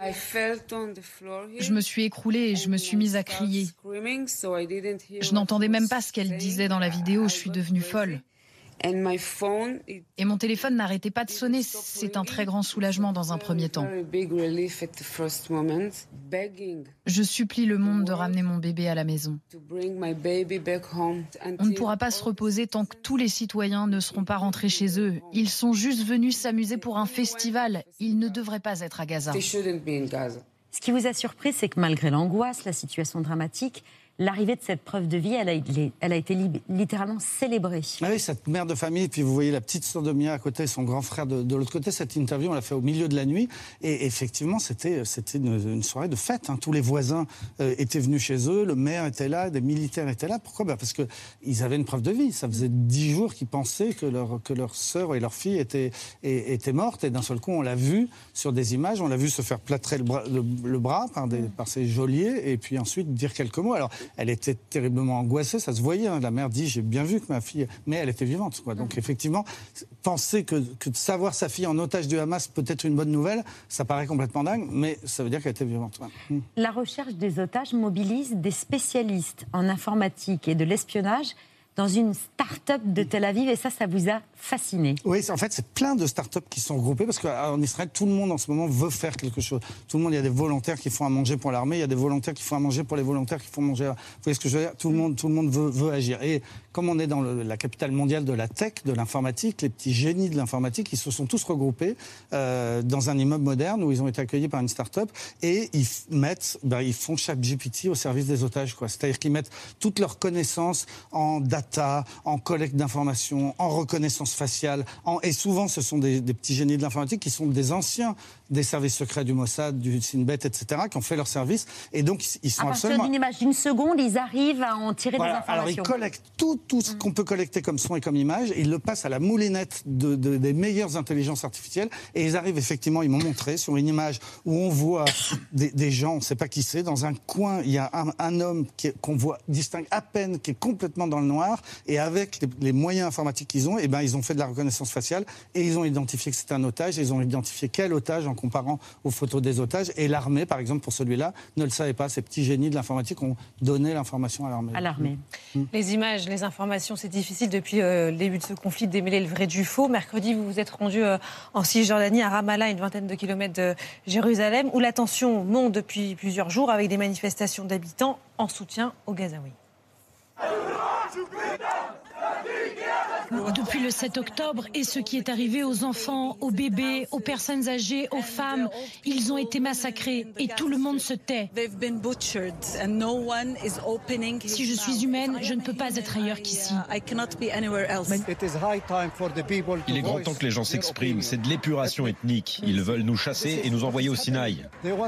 Je me suis écroulée et je me suis mise à crier. Je n'entendais même pas ce qu'elle disait dans la vidéo, je suis devenue folle. Et mon téléphone n'arrêtait pas de sonner. C'est un très grand soulagement dans un premier temps. Je supplie le monde de ramener mon bébé à la maison. On ne pourra pas se reposer tant que tous les citoyens ne seront pas rentrés chez eux. Ils sont juste venus s'amuser pour un festival. Ils ne devraient pas être à Gaza. Ce qui vous a surpris, c'est que malgré l'angoisse, la situation dramatique, l'arrivée de cette preuve de vie, elle a, elle a été li- littéralement célébrée. Ah oui, cette mère de famille, puis vous voyez la petite sœur de Mia à côté, son grand frère de, de l'autre côté. Cette interview, on l'a fait au milieu de la nuit. Et effectivement, c'était, c'était une, une soirée de fête. Hein. Tous les voisins euh, étaient venus chez eux, le maire était là, des militaires étaient là. Pourquoi ? Ben parce qu'ils avaient une preuve de vie. Ça faisait dix jours qu'ils pensaient que leur, que leur sœur et leur fille étaient, et, étaient mortes. Et d'un seul coup, on l'a vu sur des images, on l'a vu se faire plâtrer le bras, le, le bras par, des, par ses geôliers, et puis ensuite dire quelques mots. Alors, elle était terriblement angoissée, ça se voyait. Hein. La mère dit, j'ai bien vu que ma fille... Mais elle était vivante. Quoi. Donc effectivement, penser que, que de savoir sa fille en otage du Hamas peut être une bonne nouvelle, ça paraît complètement dingue, mais ça veut dire qu'elle était vivante. Ouais. La recherche des otages mobilise des spécialistes en informatique et de l'espionnage dans une start-up de Tel Aviv, et ça, ça vous a fasciné. Oui, en fait, c'est plein de start-up qui sont regroupées, parce qu'en Israël, tout le monde, en ce moment, veut faire quelque chose. Tout le monde, il y a des volontaires qui font à manger pour l'armée, il y a des volontaires qui font à manger pour les volontaires qui font manger... Vous voyez ce que je veux dire ? Tout le monde, tout le monde veut, veut agir. Et comme on est dans le, la capitale mondiale de la tech, de l'informatique, les petits génies de l'informatique, ils se sont tous regroupés euh, dans un immeuble moderne où ils ont été accueillis par une start-up, et ils mettent, ben, ils font ChatGPT au service des otages, quoi. C'est-à-dire qu'ils mettent toutes leurs connaissances en data, en collecte d'informations, en reconnaissance faciale. En... Et souvent, ce sont des, des petits génies de l'informatique qui sont des anciens des services secrets du Mossad, du Shin Bet, et cetera, qui ont fait leur service. Et donc, ils sont à absolument... partir d'une image d'une seconde, ils arrivent à en tirer voilà. des informations. Alors, ils collectent tout, tout ce qu'on peut collecter comme son et comme image, et ils le passent à la moulinette de, de, des meilleures intelligences artificielles, et ils arrivent effectivement, ils m'ont montré, sur une image où on voit des, des gens, on ne sait pas qui c'est, dans un coin, il y a un, un homme qui est, qu'on voit, distingue à peine, qui est complètement dans le noir, et avec les, les moyens informatiques qu'ils ont, et ben, ils ont fait de la reconnaissance faciale, et ils ont identifié que c'était un otage, et ils ont identifié quel otage en comparant aux photos des otages, et l'armée, par exemple, pour celui-là, ne le savait pas. Ces petits génies de l'informatique ont donné l'information à l'armée. À l'armée. Mmh. Les images, les informations, c'est difficile depuis euh, le début de ce conflit de démêler le vrai du faux. Mercredi, vous vous êtes rendu euh, en Cisjordanie, à Ramallah, une vingtaine de kilomètres de Jérusalem, où la tension monte depuis plusieurs jours avec des manifestations d'habitants en soutien aux Gazaouis. Depuis le sept octobre, et ce qui est arrivé aux enfants, aux bébés, aux personnes âgées, aux femmes, ils ont été massacrés et tout le monde se tait. Si je suis humaine, je ne peux pas être ailleurs qu'ici. Il est grand temps que les gens s'expriment. C'est de l'épuration ethnique. Ils veulent nous chasser et nous envoyer au Sinaï.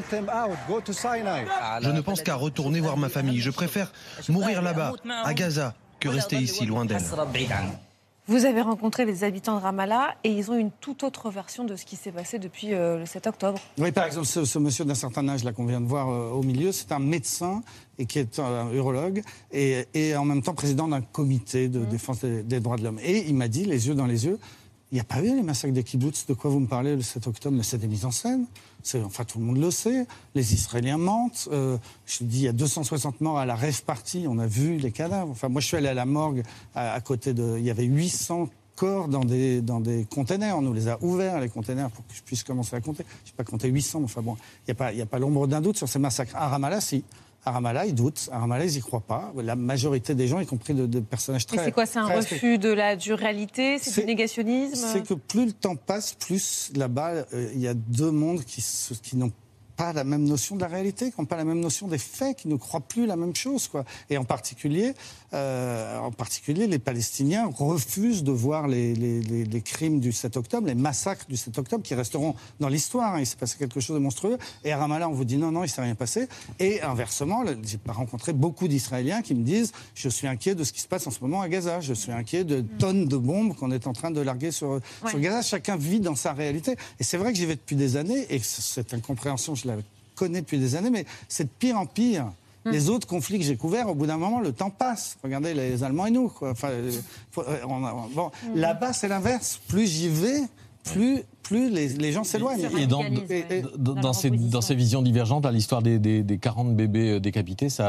Je ne pense qu'à retourner voir ma famille. Je préfère mourir là-bas, à Gaza, que rester ici, loin d'elle. Vous avez rencontré les habitants de Ramallah et ils ont une toute autre version de ce qui s'est passé depuis euh, le sept octobre. Oui, par exemple, ce, ce monsieur d'un certain âge là qu'on vient de voir euh, au milieu, c'est un médecin et qui est un urologue et, et en même temps président d'un comité de mmh. défense des, des droits de l'homme. Et il m'a dit, les yeux dans les yeux, il n'y a pas eu les massacres des kibboutz, de quoi vous me parlez le sept octobre, mais c'est des mises en scène. C'est, enfin, tout le monde le sait. Les Israéliens mentent. Euh, je dis, il y a deux cent soixante morts à la rave party. On a vu les cadavres. Enfin, moi, je suis allé à la morgue à, à côté de. Il y avait huit cents corps dans des, dans des containers. On nous les a ouverts, les containers, pour que je puisse commencer à compter. Je n'ai pas compté huit cents, mais enfin bon, il n'y a pas, il n'y a pas l'ombre d'un doute sur ces massacres. À Ramallah, si. À Ramallah, ils doutent. À Ramallah, ils n'y croient pas. La majorité des gens, y compris de, de personnages très... Mais c'est quoi ? C'est un refus de la du réalité ? C'est, c'est du négationnisme ? C'est que plus le temps passe, plus là-bas, euh, il y a deux mondes qui, se, qui n'ont pas la même notion de la réalité, qui n'ont pas la même notion des faits, qui ne croient plus la même chose, quoi. Et en particulier, euh, en particulier, les Palestiniens refusent de voir les, les, les, les crimes du sept octobre, les massacres du sept octobre, qui resteront dans l'histoire. Hein. Il s'est passé quelque chose de monstrueux. Et à Ramallah, on vous dit non, non, il ne s'est rien passé. Et inversement, j'ai rencontré beaucoup d'Israéliens qui me disent « Je suis inquiet de ce qui se passe en ce moment à Gaza. Je suis inquiet de tonnes de bombes qu'on est en train de larguer sur, ouais. sur Gaza. » Chacun vit dans sa réalité. Et c'est vrai que j'y vais depuis des années, et cette incompréhension, je la connais depuis des années, mais c'est de pire en pire. Mmh. Les autres conflits que j'ai couverts, au bout d'un moment, le temps passe. Regardez les Allemands et nous, quoi. Enfin, on a, bon, mmh. Là-bas, c'est l'inverse. Plus j'y vais, plus, plus les, les gens s'éloignent. Et dans, et, et, dans, dans, ces, dans ces visions divergentes, l'histoire des, des, des quarante bébés décapités, ça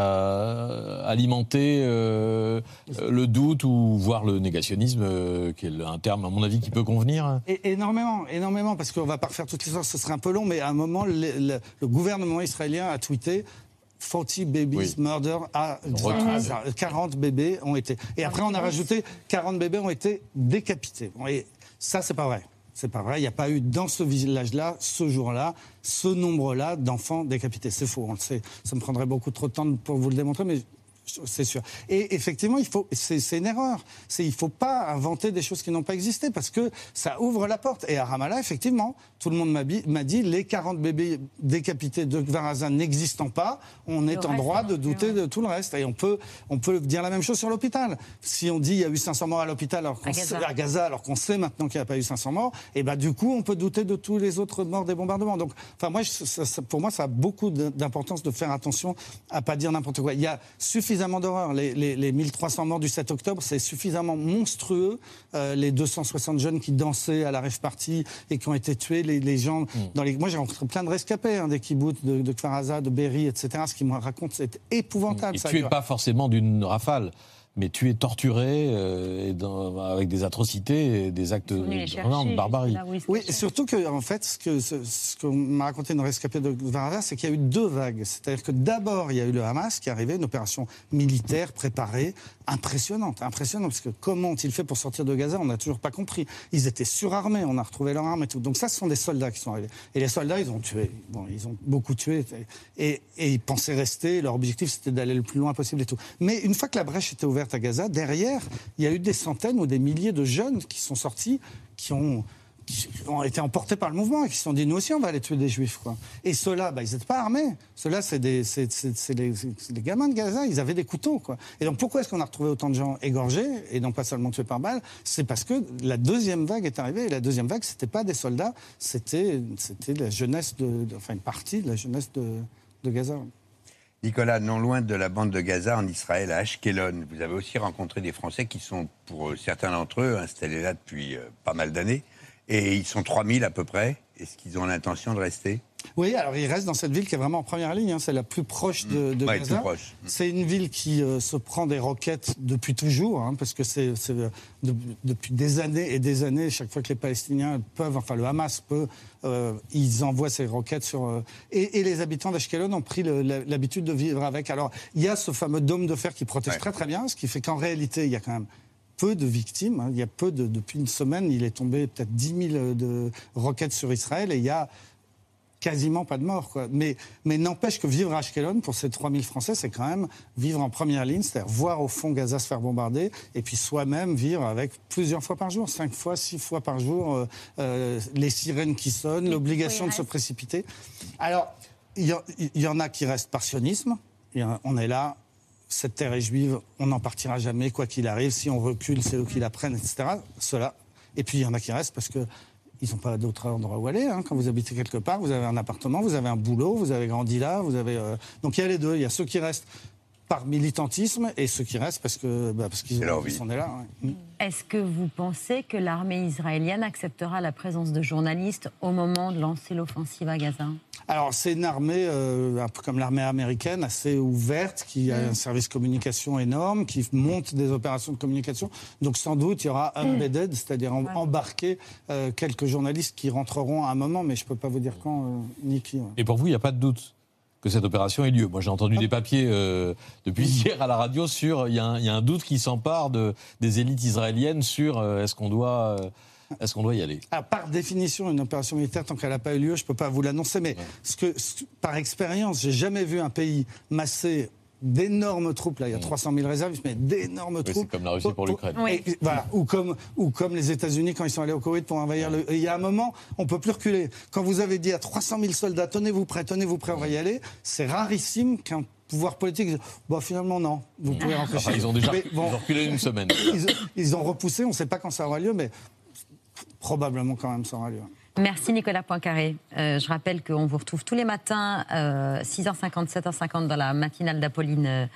a alimenté euh, le doute ou voire le négationnisme, euh, qui est un terme, à mon avis, qui peut convenir. Et, énormément, énormément, parce qu'on ne va pas refaire toute l'histoire, ce serait un peu long, mais à un moment, le, le, le gouvernement israélien a tweeté forty babies oui. murder à quarante bébés ont été. Et après, on a rajouté quarante bébés ont été décapités. Et ça, c'est pas vrai. C'est pas vrai. Il n'y a pas eu dans ce village-là, ce jour-là, ce nombre-là d'enfants décapités. C'est faux. On le sait. Ça me prendrait beaucoup trop de temps pour vous le démontrer, mais c'est sûr. Et effectivement, il faut, c'est, c'est une erreur. C'est, il ne faut pas inventer des choses qui n'ont pas existé parce que ça ouvre la porte. Et à Ramallah, effectivement, tout le monde m'a, m'a dit les quarante bébés décapités de Kfar Aza n'existant pas, on est le en reste, droit de douter de tout le reste. Et on peut, on peut dire la même chose sur l'hôpital. Si on dit qu'il y a eu cinq cents morts à l'hôpital alors qu'on à, Gaza. Sait, à Gaza, alors qu'on sait maintenant qu'il n'y a pas eu cinq cents morts, et ben du coup, on peut douter de tous les autres morts des bombardements. Donc, enfin, moi, ça, ça, pour moi, ça a beaucoup d'importance de faire attention à ne pas dire n'importe quoi. Il y a suffisamment d'horreur. Les, les, les mille trois cents morts du sept octobre, c'est suffisamment monstrueux. Euh, les deux cent soixante jeunes qui dansaient à la rave party et qui ont été tués, les, les gens... Mmh. Dans les... Moi, j'ai rencontré plein de rescapés, hein, des kibbutz, de, de Kfar Aza, de Be'eri, et cetera. Ce qu'ils me racontent, c'est épouvantable. Et ça, tués pas forcément d'une rafale, mais tués torturés euh, et dans, avec des atrocités et des actes de barbarie. Oui, et surtout que, en fait, ce que ce, ce qu'on m'a raconté une rescapée de Kfar Aza, c'est qu'il y a eu deux vagues. C'est-à-dire que d'abord, il y a eu le Hamas qui est arrivé, une opération militaire préparée, impressionnante, impressionnante, parce que comment ont-ils fait pour sortir de Gaza, on n'a toujours pas compris. Ils étaient surarmés, on a retrouvé leurs armes et tout. Donc ça, ce sont des soldats qui sont arrivés. Et les soldats, ils ont tué. Bon, ils ont beaucoup tué. Et, et ils pensaient rester. Leur objectif, c'était d'aller le plus loin possible et tout. Mais une fois que la brèche était ouverte à Gaza, derrière, il y a eu des centaines ou des milliers de jeunes qui sont sortis, qui ont... qui ont été emportés par le mouvement et qui se sont dit, nous aussi, on va aller tuer des juifs, quoi. Et ceux-là, bah, ils n'étaient pas armés. Ceux-là, c'est des, c'est, c'est, c'est les, c'est les gamins de Gaza, ils avaient des couteaux, quoi. Et donc, pourquoi est-ce qu'on a retrouvé autant de gens égorgés et non pas seulement tués par balle? C'est parce que la deuxième vague est arrivée, et la deuxième vague, c'était pas des soldats, c'était, c'était la jeunesse de, de, enfin, une partie de la jeunesse de, de Gaza. Nicolas, non loin de la bande de Gaza, en Israël, à Ashkelon, vous avez aussi rencontré des Français qui sont, pour certains d'entre eux, installés là depuis euh, pas mal d'années. Et ils sont trois mille à peu près. Est-ce qu'ils ont l'intention de rester ? Oui, alors ils restent dans cette ville qui est vraiment en première ligne. Hein. C'est la plus proche de, de ouais, Gaza. Plus proche. C'est une ville qui euh, se prend des roquettes depuis toujours, hein, parce que c'est, c'est de, depuis des années et des années, chaque fois que les Palestiniens peuvent, enfin le Hamas peut, euh, ils envoient ces roquettes sur... Euh, et, et les habitants d'Ashkelon ont pris le, la, l'habitude de vivre avec. Alors, il y a ce fameux dôme de fer qui protège ouais. très très bien, ce qui fait qu'en réalité, il y a quand même peu de victimes. Hein. Il y a peu de... Depuis une semaine, il est tombé peut-être dix mille de roquettes sur Israël et il y a quasiment pas de morts, quoi. Mais, mais n'empêche que vivre à Ashkelon, pour ces trois mille Français, c'est quand même vivre en première ligne, c'est-à-dire voir au fond Gaza se faire bombarder, et puis soi-même vivre avec plusieurs fois par jour, cinq fois, six fois par jour, euh, euh, les sirènes qui sonnent, l'obligation oui, de se précipiter. Alors, il y, y en a qui restent par sionisme, et on est là, cette terre est juive, on n'en partira jamais, quoi qu'il arrive, si on recule, c'est eux qui la prennent, et cetera. Cela. Et puis il y en a qui restent parce que ils n'ont pas d'autre endroit où aller. Hein. Quand vous habitez quelque part, vous avez un appartement, vous avez un boulot, vous avez grandi là, vous avez... Euh... Donc il y a les deux. Il y a ceux qui restent par militantisme et ceux qui restent parce, que, bah, parce qu'ils ont, ils sont nés là. Ouais. Est-ce que vous pensez que l'armée israélienne acceptera la présence de journalistes au moment de lancer l'offensive à Gaza ? Alors, c'est une armée, euh, un peu comme l'armée américaine, assez ouverte, qui a un service communication énorme, qui monte des opérations de communication. Donc, sans doute, il y aura embedded, c'est-à-dire ouais. embarquer euh, quelques journalistes qui rentreront à un moment, mais je ne peux pas vous dire quand, euh, ni qui. Ouais. Et pour vous, il n'y a pas de doute que cette opération ait lieu. Moi, j'ai entendu des papiers euh, depuis hier à la radio sur... Il y, y a un doute qui s'empare de, des élites israéliennes sur euh, est-ce qu'on doit... Euh, Est-ce qu'on doit y aller ? Alors, par définition, une opération militaire, tant qu'elle n'a pas eu lieu, je ne peux pas vous l'annoncer. Mais ouais. ce que, ce, par expérience, je n'ai jamais vu un pays masser d'énormes troupes. Là, il y a trois cent mille réservistes, mais d'énormes oui, troupes. C'est comme la Russie pour l'Ukraine. Oui. Et, voilà. ou, comme, ou comme les États-Unis quand ils sont allés au Koweït pour envahir ouais. le... Et il y a un moment, on ne peut plus reculer. Quand vous avez dit à trois cent mille soldats, tenez-vous prêts, tenez-vous prêts, on va y aller, c'est rarissime qu'un pouvoir politique, bon, finalement, non. Vous pouvez rentrer enfin, chez Ils ont déjà bon, ils ont reculé une semaine. Ils, ils ont repoussé, on ne sait pas quand ça aura lieu, mais probablement quand même ça aura lieu. Merci Nicolas Poincaré. Euh, je rappelle qu'on vous retrouve tous les matins, euh, six heures cinquante, sept heures cinquante dans la matinale d'Apolline euh,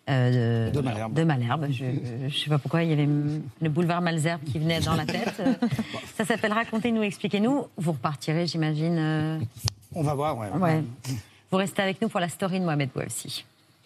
Euh, de, de Malherbe. De Malherbe. Je ne sais pas pourquoi, il y avait le boulevard Malesherbes qui venait dans la tête. Ça s'appelle Racontez-nous, expliquez-nous. Vous repartirez, j'imagine. Euh... On va voir, ouais. ouais. Vous restez avec nous pour la story de Mohamed Bouazizi.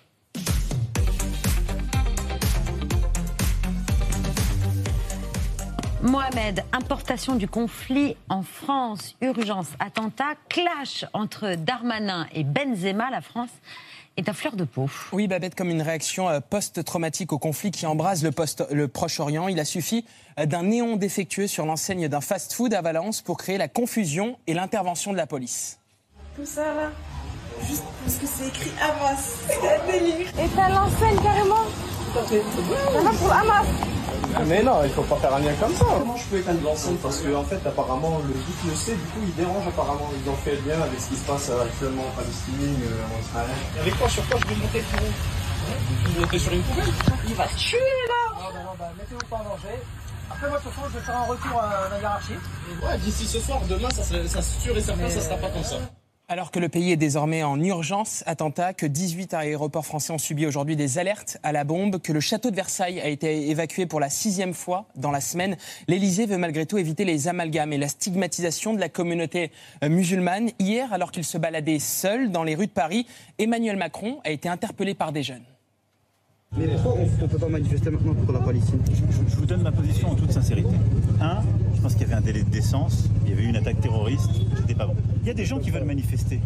Mohamed, importation du conflit en France, urgence, attentat, clash entre Darmanin et Benzema, la France est à fleur de peau. Oui, Babette, comme une réaction post-traumatique au conflit qui embrase le, post- le Proche-Orient. Il a suffi d'un néon défectueux sur l'enseigne d'un fast-food à Valence pour créer la confusion et l'intervention de la police. Tout ça là, juste parce que c'est écrit Hamas, c'est un délire. Et t'as l'enseigne carrément. Ça va pour Hamas. Mais non, il faut pas faire un lien comme ça. Comment je peux éteindre l'enseigne? Parce que en fait, apparemment, le but le sait, du coup, il dérange apparemment. Ils ont fait le lien avec ce qui se passe actuellement en Palestine, en Israël. Avec quoi, sur quoi je vais monter pour vous? Je vais monter sur une poubelle. Il va se tuer là. Non, non, bah, mettez-vous pas en danger. Après, moi, de toute façon, je vais faire un retour à la hiérarchie. Ouais, d'ici ce soir, demain, ça, ça, ça se sûr et certain, ça sera pas comme ça. Alors que le pays est désormais en urgence attentat, que dix-huit aéroports français ont subi aujourd'hui des alertes à la bombe, que le château de Versailles a été évacué pour la sixième fois dans la semaine, l'Élysée veut malgré tout éviter les amalgames et la stigmatisation de la communauté musulmane. Hier, alors qu'il se baladait seul dans les rues de Paris, Emmanuel Macron a été interpellé par des jeunes. Mais pourquoi on ne peut pas manifester maintenant contre la Palestine? je, je vous donne ma position en toute sincérité. Un, je pense qu'il y avait un délai de décence, il y avait eu une attaque terroriste, c'était pas bon. Il y a des gens qui veulent manifester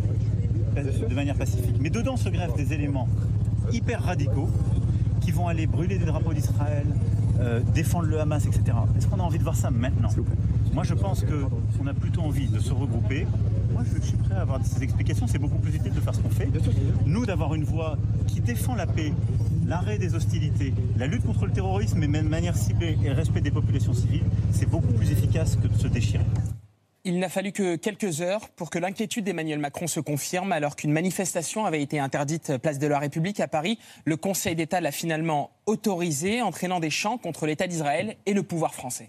de manière pacifique, mais dedans se greffent des éléments hyper radicaux qui vont aller brûler des drapeaux d'Israël, euh, défendre le Hamas, et cetera. Est-ce qu'on a envie de voir ça maintenant? Moi, je pense qu'on a plutôt envie de se regrouper. Moi, je, je suis prêt à avoir ces explications. C'est beaucoup plus utile de faire ce qu'on fait. Nous, d'avoir une voix qui défend la paix, l'arrêt des hostilités, la lutte contre le terrorisme, mais même de manière ciblée, et le respect des populations civiles, c'est beaucoup plus efficace que de se déchirer. Il n'a fallu que quelques heures pour que l'inquiétude d'Emmanuel Macron se confirme. Alors qu'une manifestation avait été interdite place de la République à Paris, le Conseil d'État l'a finalement autorisée, entraînant des chants contre l'État d'Israël et le pouvoir français.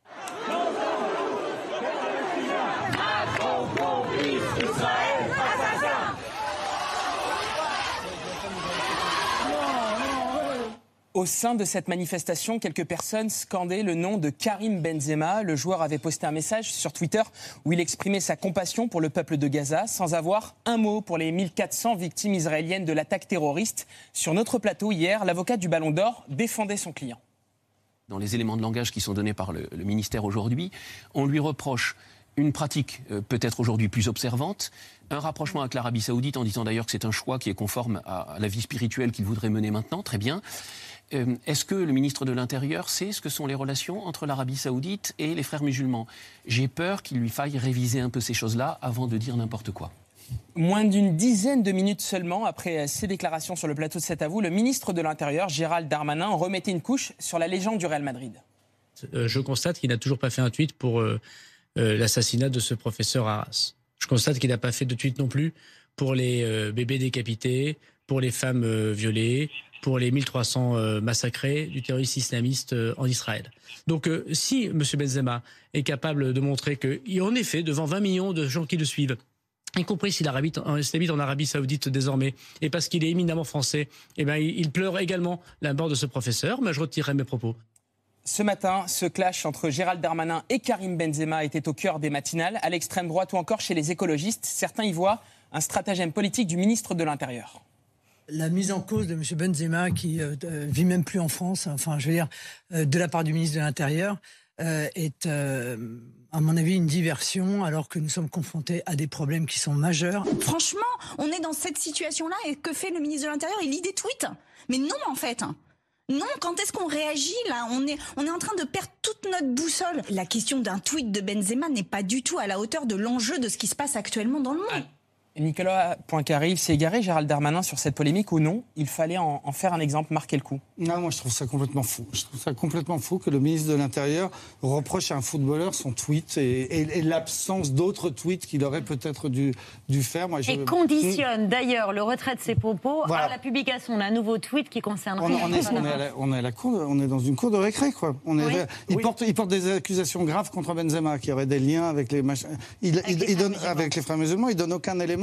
Au sein de cette manifestation, quelques personnes scandaient le nom de Karim Benzema. Le joueur avait posté un message sur Twitter où il exprimait sa compassion pour le peuple de Gaza, sans avoir un mot pour les mille quatre cents victimes israéliennes de l'attaque terroriste. Sur notre plateau hier, l'avocat du Ballon d'Or défendait son client. Dans les éléments de langage qui sont donnés par le, le ministère aujourd'hui, on lui reproche une pratique euh, peut-être aujourd'hui plus observante, un rapprochement avec l'Arabie Saoudite en disant d'ailleurs que c'est un choix qui est conforme à, à la vie spirituelle qu'il voudrait mener maintenant, très bien. Euh, est-ce que le ministre de l'Intérieur sait ce que sont les relations entre l'Arabie Saoudite et les frères musulmans? J'ai peur qu'il lui faille réviser un peu ces choses-là avant de dire n'importe quoi. Moins d'une dizaine de minutes seulement après ces déclarations sur le plateau de C'est à vous, le ministre de l'Intérieur, Gérald Darmanin, en remettait une couche sur la légende du Real Madrid. Euh, je constate qu'il n'a toujours pas fait un tweet pour euh, euh, l'assassinat de ce professeur Arras. Je constate qu'il n'a pas fait de tweet non plus pour les euh, bébés décapités, pour les femmes euh, violées, pour les mille trois cents euh, massacrés du terrorisme islamiste euh, en Israël. Donc euh, si M. Benzema est capable de montrer qu'en effet, devant vingt millions de gens qui le suivent, y compris s'il habite en Arabie Saoudite désormais, et parce qu'il est éminemment français, eh ben, il pleure également la mort de ce professeur, mais je retirerai mes propos. Ce matin, ce clash entre Gérald Darmanin et Karim Benzema était au cœur des matinales, à l'extrême droite ou encore chez les écologistes. Certains y voient un stratagème politique du ministre de l'Intérieur. La mise en cause de M. Benzema, qui euh, vit même plus en France, enfin, je veux dire, euh, de la part du ministre de l'Intérieur, euh, est, euh, à mon avis, une diversion, alors que nous sommes confrontés à des problèmes qui sont majeurs. Franchement, on est dans cette situation-là, et que fait le ministre de l'Intérieur? Il lit des tweets. Mais non, en fait. Non, quand est-ce qu'on réagit, là? On est, on est en train de perdre toute notre boussole. La question d'un tweet de Benzema n'est pas du tout à la hauteur de l'enjeu de ce qui se passe actuellement dans le monde. Nicolas Poincaré, il s'est égaré, Gérald Darmanin, sur cette polémique ou non? Il fallait en, en faire un exemple, marquer le coup. Non, moi je trouve ça complètement fou. Je trouve ça complètement fou que le ministre de l'Intérieur reproche à un footballeur son tweet et, et, et l'absence d'autres tweets qu'il aurait peut-être dû, dû faire. Moi, je... Et conditionne d'ailleurs le retrait de ses propos voilà. à la publication d'un nouveau tweet qui concerne on, rien. On est, on, est à la, on, est à la cour, on est dans une cour de récré, quoi. On est, oui. il, oui. porte, il porte des accusations graves contre Benzema, qui aurait des liens avec les machins. Il, il, il donne, avec les frères musulmans, il donne aucun élément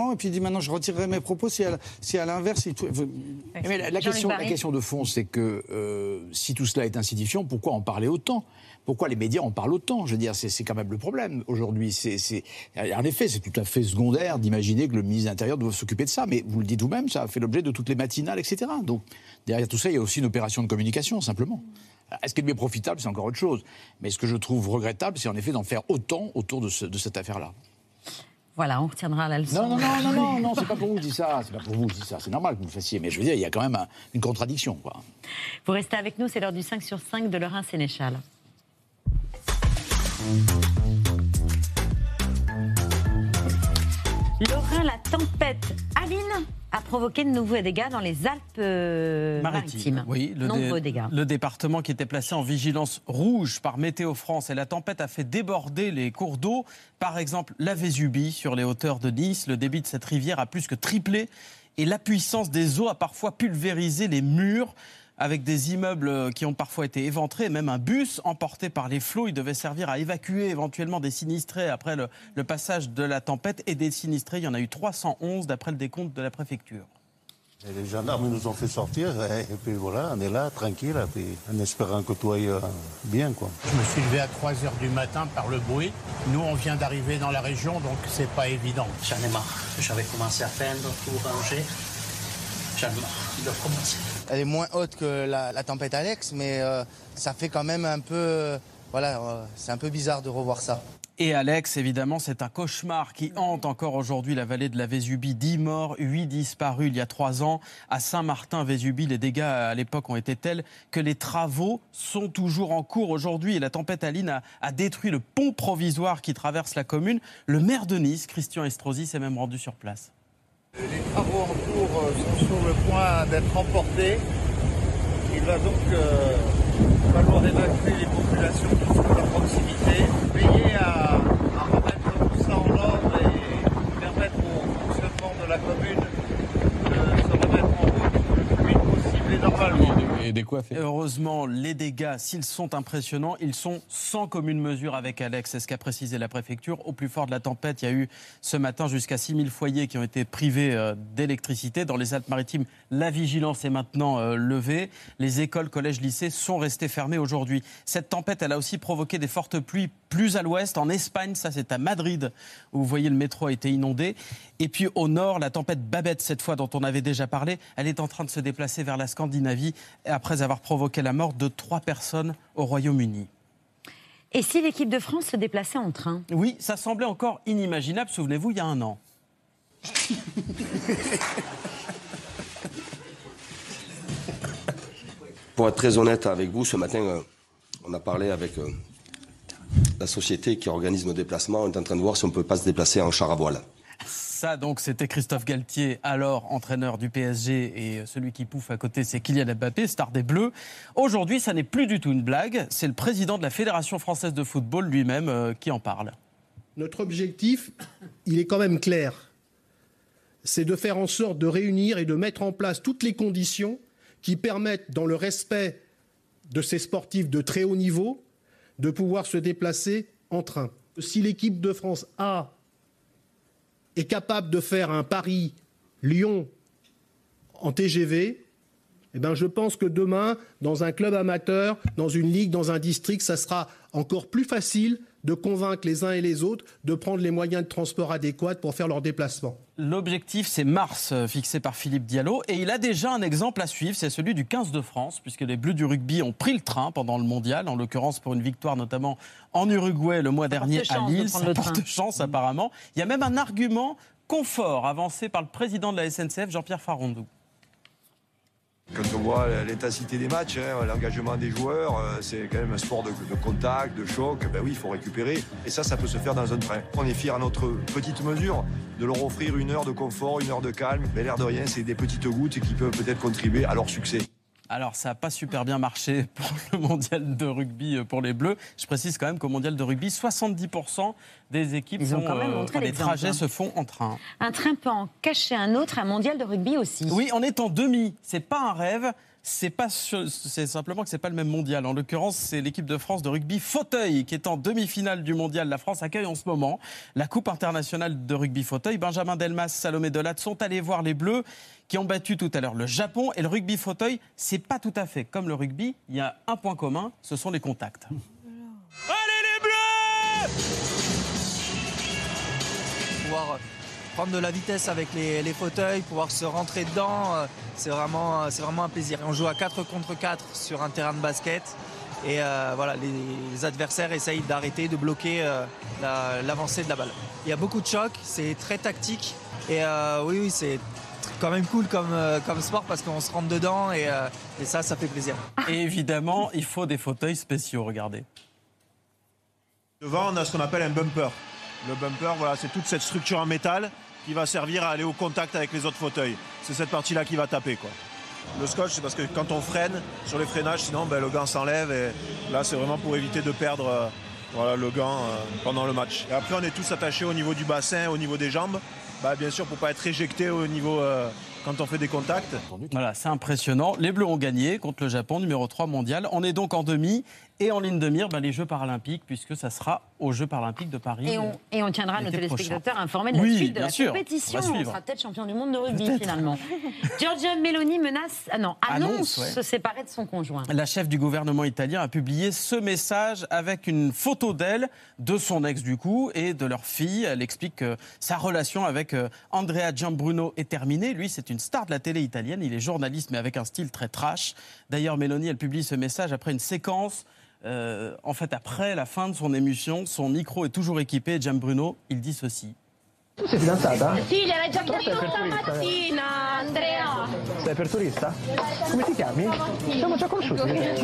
avant et puis il dit maintenant je retirerai mes propos si à, si à l'inverse... Il... Mais la, la, question, la question de fond, c'est que euh, si tout cela est insignifiant, pourquoi en parler autant ? Pourquoi les médias en parlent autant ? Je veux dire, c'est, c'est quand même le problème aujourd'hui. C'est, c'est... En effet, c'est tout à fait secondaire d'imaginer que le ministre de l'Intérieur doit s'occuper de ça. Mais vous le dites vous-même, ça a fait l'objet de toutes les matinales, et cetera. Donc derrière tout ça, il y a aussi une opération de communication, simplement. Est-ce qu'elle est profitable ? C'est encore autre chose. Mais ce que je trouve regrettable, c'est en effet d'en faire autant autour de, ce, de cette affaire-là. Voilà, on retiendra la leçon. Non, non, non, non, non, non, c'est pas pour vous que je dis ça. C'est pas pour vous que je dis ça. C'est normal que vous le fassiez. Mais je veux dire, il y a quand même un, une contradiction, quoi. Vous restez avec nous, c'est l'heure du cinq sur cinq de Lorrain Sénéchal. Lorrain, la tempête Aline a provoqué de nouveaux dégâts dans les Alpes-Maritimes. Oui, le, Nombreux dé- dégâts. le département qui était placé en vigilance rouge par Météo France. Et la tempête a fait déborder les cours d'eau. Par exemple, la Vésubie sur les hauteurs de Nice. Le débit de cette rivière a plus que triplé. Et la puissance des eaux a parfois pulvérisé les murs, avec des immeubles qui ont parfois été éventrés, même un bus emporté par les flots. Il devait servir à évacuer éventuellement des sinistrés après le, le passage de la tempête. Et des sinistrés, il y en a eu trois cent onze d'après le décompte de la préfecture. Et les gendarmes nous ont fait sortir et puis voilà, on est là, tranquille, et puis en espérant que tout aille bien, quoi. Je me suis levé à trois heures du matin par le bruit. Nous, on vient d'arriver dans la région, donc c'est pas évident. J'en ai marre. J'avais commencé à peindre, tout ranger. J'en ai marre. Ils doivent commencer. Elle est moins haute que la, la tempête Alex, mais euh, ça fait quand même un peu... Euh, voilà, euh, c'est un peu bizarre de revoir ça. Et Alex, évidemment, c'est un cauchemar qui hante encore aujourd'hui la vallée de la Vésubie. dix morts, huit disparus il y a trois ans. À Saint-Martin-Vésubie, les dégâts à l'époque ont été tels que les travaux sont toujours en cours aujourd'hui. Et la tempête Aline a, a détruit le pont provisoire qui traverse la commune. Le maire de Nice, Christian Estrosi, s'est même rendu sur place. Les travaux en cours sont sur le point d'être emportés. Il va donc euh, falloir évacuer les populations qui sont à proximité, veiller à, à remettre tout ça en ordre et permettre au fonctionnement de la commune de se remettre en route le plus vite possible et normalement. Et des coiffés. Heureusement, les dégâts, s'ils sont impressionnants, ils sont sans commune mesure avec Alex. C'est ce qu'a précisé la préfecture. Au plus fort de la tempête, il y a eu ce matin jusqu'à six mille foyers qui ont été privés euh, d'électricité. Dans les Alpes-Maritimes, la vigilance est maintenant euh, levée. Les écoles, collèges, lycées sont restées fermées aujourd'hui. Cette tempête, elle a aussi provoqué des fortes pluies plus à l'ouest, en Espagne. Ça, c'est à Madrid, où vous voyez le métro a été inondé. Et puis au nord, la tempête Babette, cette fois dont on avait déjà parlé, elle est en train de se déplacer vers la Scandinavie après avoir provoqué la mort de trois personnes au Royaume-Uni. Et si l'équipe de France se déplaçait en train ? Oui, ça semblait encore inimaginable, souvenez-vous, il y a un an. Pour être très honnête avec vous, ce matin, euh, on a parlé avec euh, la société qui organise nos déplacements. On est en train de voir si on ne peut pas se déplacer en char à voile. Ça, donc, c'était Christophe Galtier, alors entraîneur du P S G, et celui qui pouffe à côté, c'est Kylian Mbappé, star des Bleus. Aujourd'hui, ça n'est plus du tout une blague. C'est le président de la Fédération française de football lui-même euh, qui en parle. Notre objectif, il est quand même clair. C'est de faire en sorte de réunir et de mettre en place toutes les conditions qui permettent, dans le respect de ces sportifs de très haut niveau, de pouvoir se déplacer en train. Si l'équipe de France A est capable de faire un Paris-Lyon en T G V, eh ben je pense que demain, dans un club amateur, dans une ligue, dans un district, ça sera encore plus facile de convaincre les uns et les autres de prendre les moyens de transport adéquats pour faire leurs déplacements. L'objectif, c'est mars, fixé par Philippe Diallo. Et il a déjà un exemple à suivre, c'est celui du quinze de France, puisque les Bleus du rugby ont pris le train pendant le mondial, en l'occurrence pour une victoire notamment en Uruguay le mois dernier à Lille. Ça porte chance apparemment. Il y a même un argument confort avancé par le président de la S N C F, Jean-Pierre Farandou. Quand on voit l'intensité des matchs, hein, l'engagement des joueurs, euh, c'est quand même un sport de, de contact, de choc. Ben oui, il faut récupérer. Et ça, ça peut se faire dans un train. On est fiers à notre petite mesure de leur offrir une heure de confort, une heure de calme. Mais l'air de rien, c'est des petites gouttes qui peuvent peut-être contribuer à leur succès. Alors, ça n'a pas super bien marché pour le mondial de rugby pour les Bleus. Je précise quand même qu'au mondial de rugby, soixante-dix pour cent des équipes, Ils ont font, quand même montré euh, les l'exemple, trajets hein. se font en train. Un train peut en cacher un autre, un mondial de rugby aussi. Oui, on est en demi. C'est pas un rêve. c'est, pas sur, c'est simplement que ce n'est pas le même mondial. En l'occurrence, c'est l'équipe de France de rugby fauteuil qui est en demi-finale du mondial. La France accueille en ce moment la Coupe internationale de rugby fauteuil. Benjamin Delmas, Salomé Delatte sont allés voir les Bleus qui ont battu tout à l'heure le Japon. Et le rugby fauteuil, c'est pas tout à fait comme le rugby. Il y a un point commun, ce sont les contacts. Allez les Bleus! Pouvoir prendre de la vitesse avec les, les fauteuils, pouvoir se rentrer dedans, c'est vraiment, c'est vraiment un plaisir. On joue à quatre contre quatre sur un terrain de basket. Et euh, voilà, les, les adversaires essayent d'arrêter, de bloquer euh, la, l'avancée de la balle. Il y a beaucoup de chocs, c'est très tactique. Et euh, oui, oui, c'est quand même cool comme, euh, comme sport parce qu'on se rentre dedans et, euh, et ça, ça fait plaisir. Et évidemment, il faut des fauteuils spéciaux, regardez. Devant, on a ce qu'on appelle un bumper. Le bumper, voilà, c'est toute cette structure en métal qui va servir à aller au contact avec les autres fauteuils. C'est cette partie-là qui va taper, quoi. Le scotch, c'est parce que quand on freine sur les freinages, sinon ben, le gant s'enlève. Et là, c'est vraiment pour éviter de perdre euh, voilà, le gant euh, pendant le match. Et après, on est tous attachés au niveau du bassin, au niveau des jambes. Bah, bien sûr, pour ne pas être éjecté au niveau euh, quand on fait des contacts. Voilà, c'est impressionnant. Les Bleus ont gagné contre le Japon, numéro trois mondial. On est donc en demi. Et en ligne de mire, ben, les Jeux paralympiques, puisque ça sera aux Jeux paralympiques de Paris. Et on, et on tiendra nos téléspectateurs informés de la oui, suite de la sûr, compétition. On, on sera peut-être champion du monde de rugby, finalement. Giorgia Meloni menace, ah non, annonce, annonce ouais. se séparer de son conjoint. La chef du gouvernement italien a publié ce message avec une photo d'elle, de son ex du coup, et de leur fille. Elle explique que sa relation avec Andrea Gianbruno est terminée. Lui, c'est une star de la télé italienne. Il est journaliste, mais avec un style très trash. D'ailleurs, Meloni, elle publie ce message après une séquence. Euh, en fait, après la fin de son émission, son micro est toujours équipé. Et Gianbruno, il dit ceci. Tu sei fidanzata? Sì, gliel'hai già chiesto stamattina, Andrea. Sei aperturista? Come ti chiami? Siamo già conosciuti.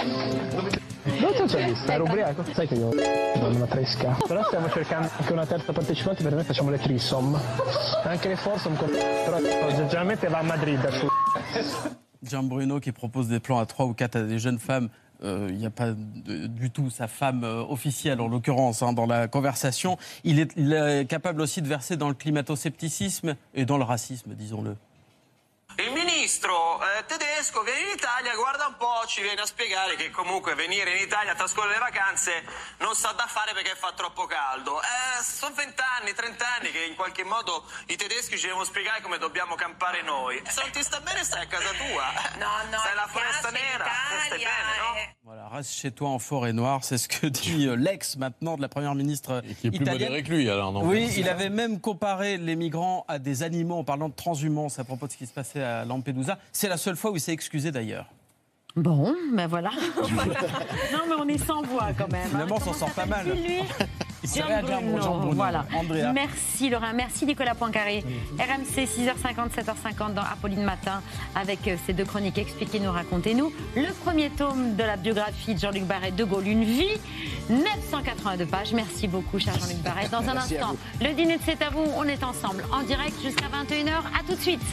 Dove ti ho già visto? Ero ubriaco? Sai che io non una tresca. Però stiamo cercando anche una terza partecipante, per noi facciamo le threesome. Anche le foursome, però generalmente va a Madrid. Gianbruno qui propose des plans à trois ou quatre à des jeunes femmes. Il euh, n'y a pas de, du tout sa femme euh, officielle, en l'occurrence, hein, dans la conversation. Il est, il est capable aussi de verser dans le climato-scepticisme et dans le racisme, disons-le. Il ministro eh, tedesco viene in Italia, guarda un po', ci viene a spiegare che comunque venire in Italia a trascorrere le vacanze non sta da fare perché fa troppo caldo. Eh, sono vent'anni, trent'anni che in qualche modo i tedeschi ci devono spiegare come dobbiamo campare noi. Se non ti sta bene stai a casa tua. No, no, stai alla foresta nera, stai bene, no? Voilà, reste chez toi en forêt noire, c'est ce que dit euh, l'ex maintenant de la première ministre Et qui est plus italienne. modéré que lui alors, non? Oui, il avait même comparé les migrants à des animaux en parlant de transhumance à propos de ce qui se passait à Lampedusa. C'est la seule fois où il s'est excusé d'ailleurs. Bon, ben voilà. Non, mais on est sans voix quand même. Finalement, hein. on s'en sort pas mal. Lui Il serait à Gianbruno. Voilà. Andrea. Merci Laurent, merci Nicolas Poincaré. R M C, six heures cinquante, sept heures cinquante dans Apolline Matin avec ces deux chroniques Expliquez-nous, racontez-nous. Le premier tome de la biographie de Jean-Luc Barret, De Gaulle, une vie, neuf cent quatre-vingt-deux pages. Merci beaucoup, cher Jean-Luc Barret. Dans un Merci instant, le dîner de C'est à vous, on est ensemble en direct jusqu'à vingt et une heures. À tout de suite.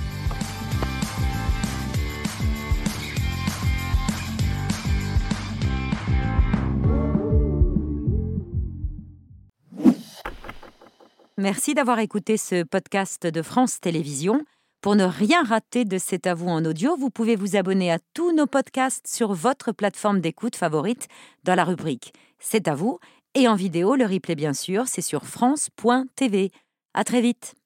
Merci d'avoir écouté ce podcast de France Télévisions. Pour ne rien rater de C'est à vous en audio, vous pouvez vous abonner à tous nos podcasts sur votre plateforme d'écoute favorite dans la rubrique C'est à vous. Et en vidéo, le replay bien sûr, c'est sur France point T V. À très vite.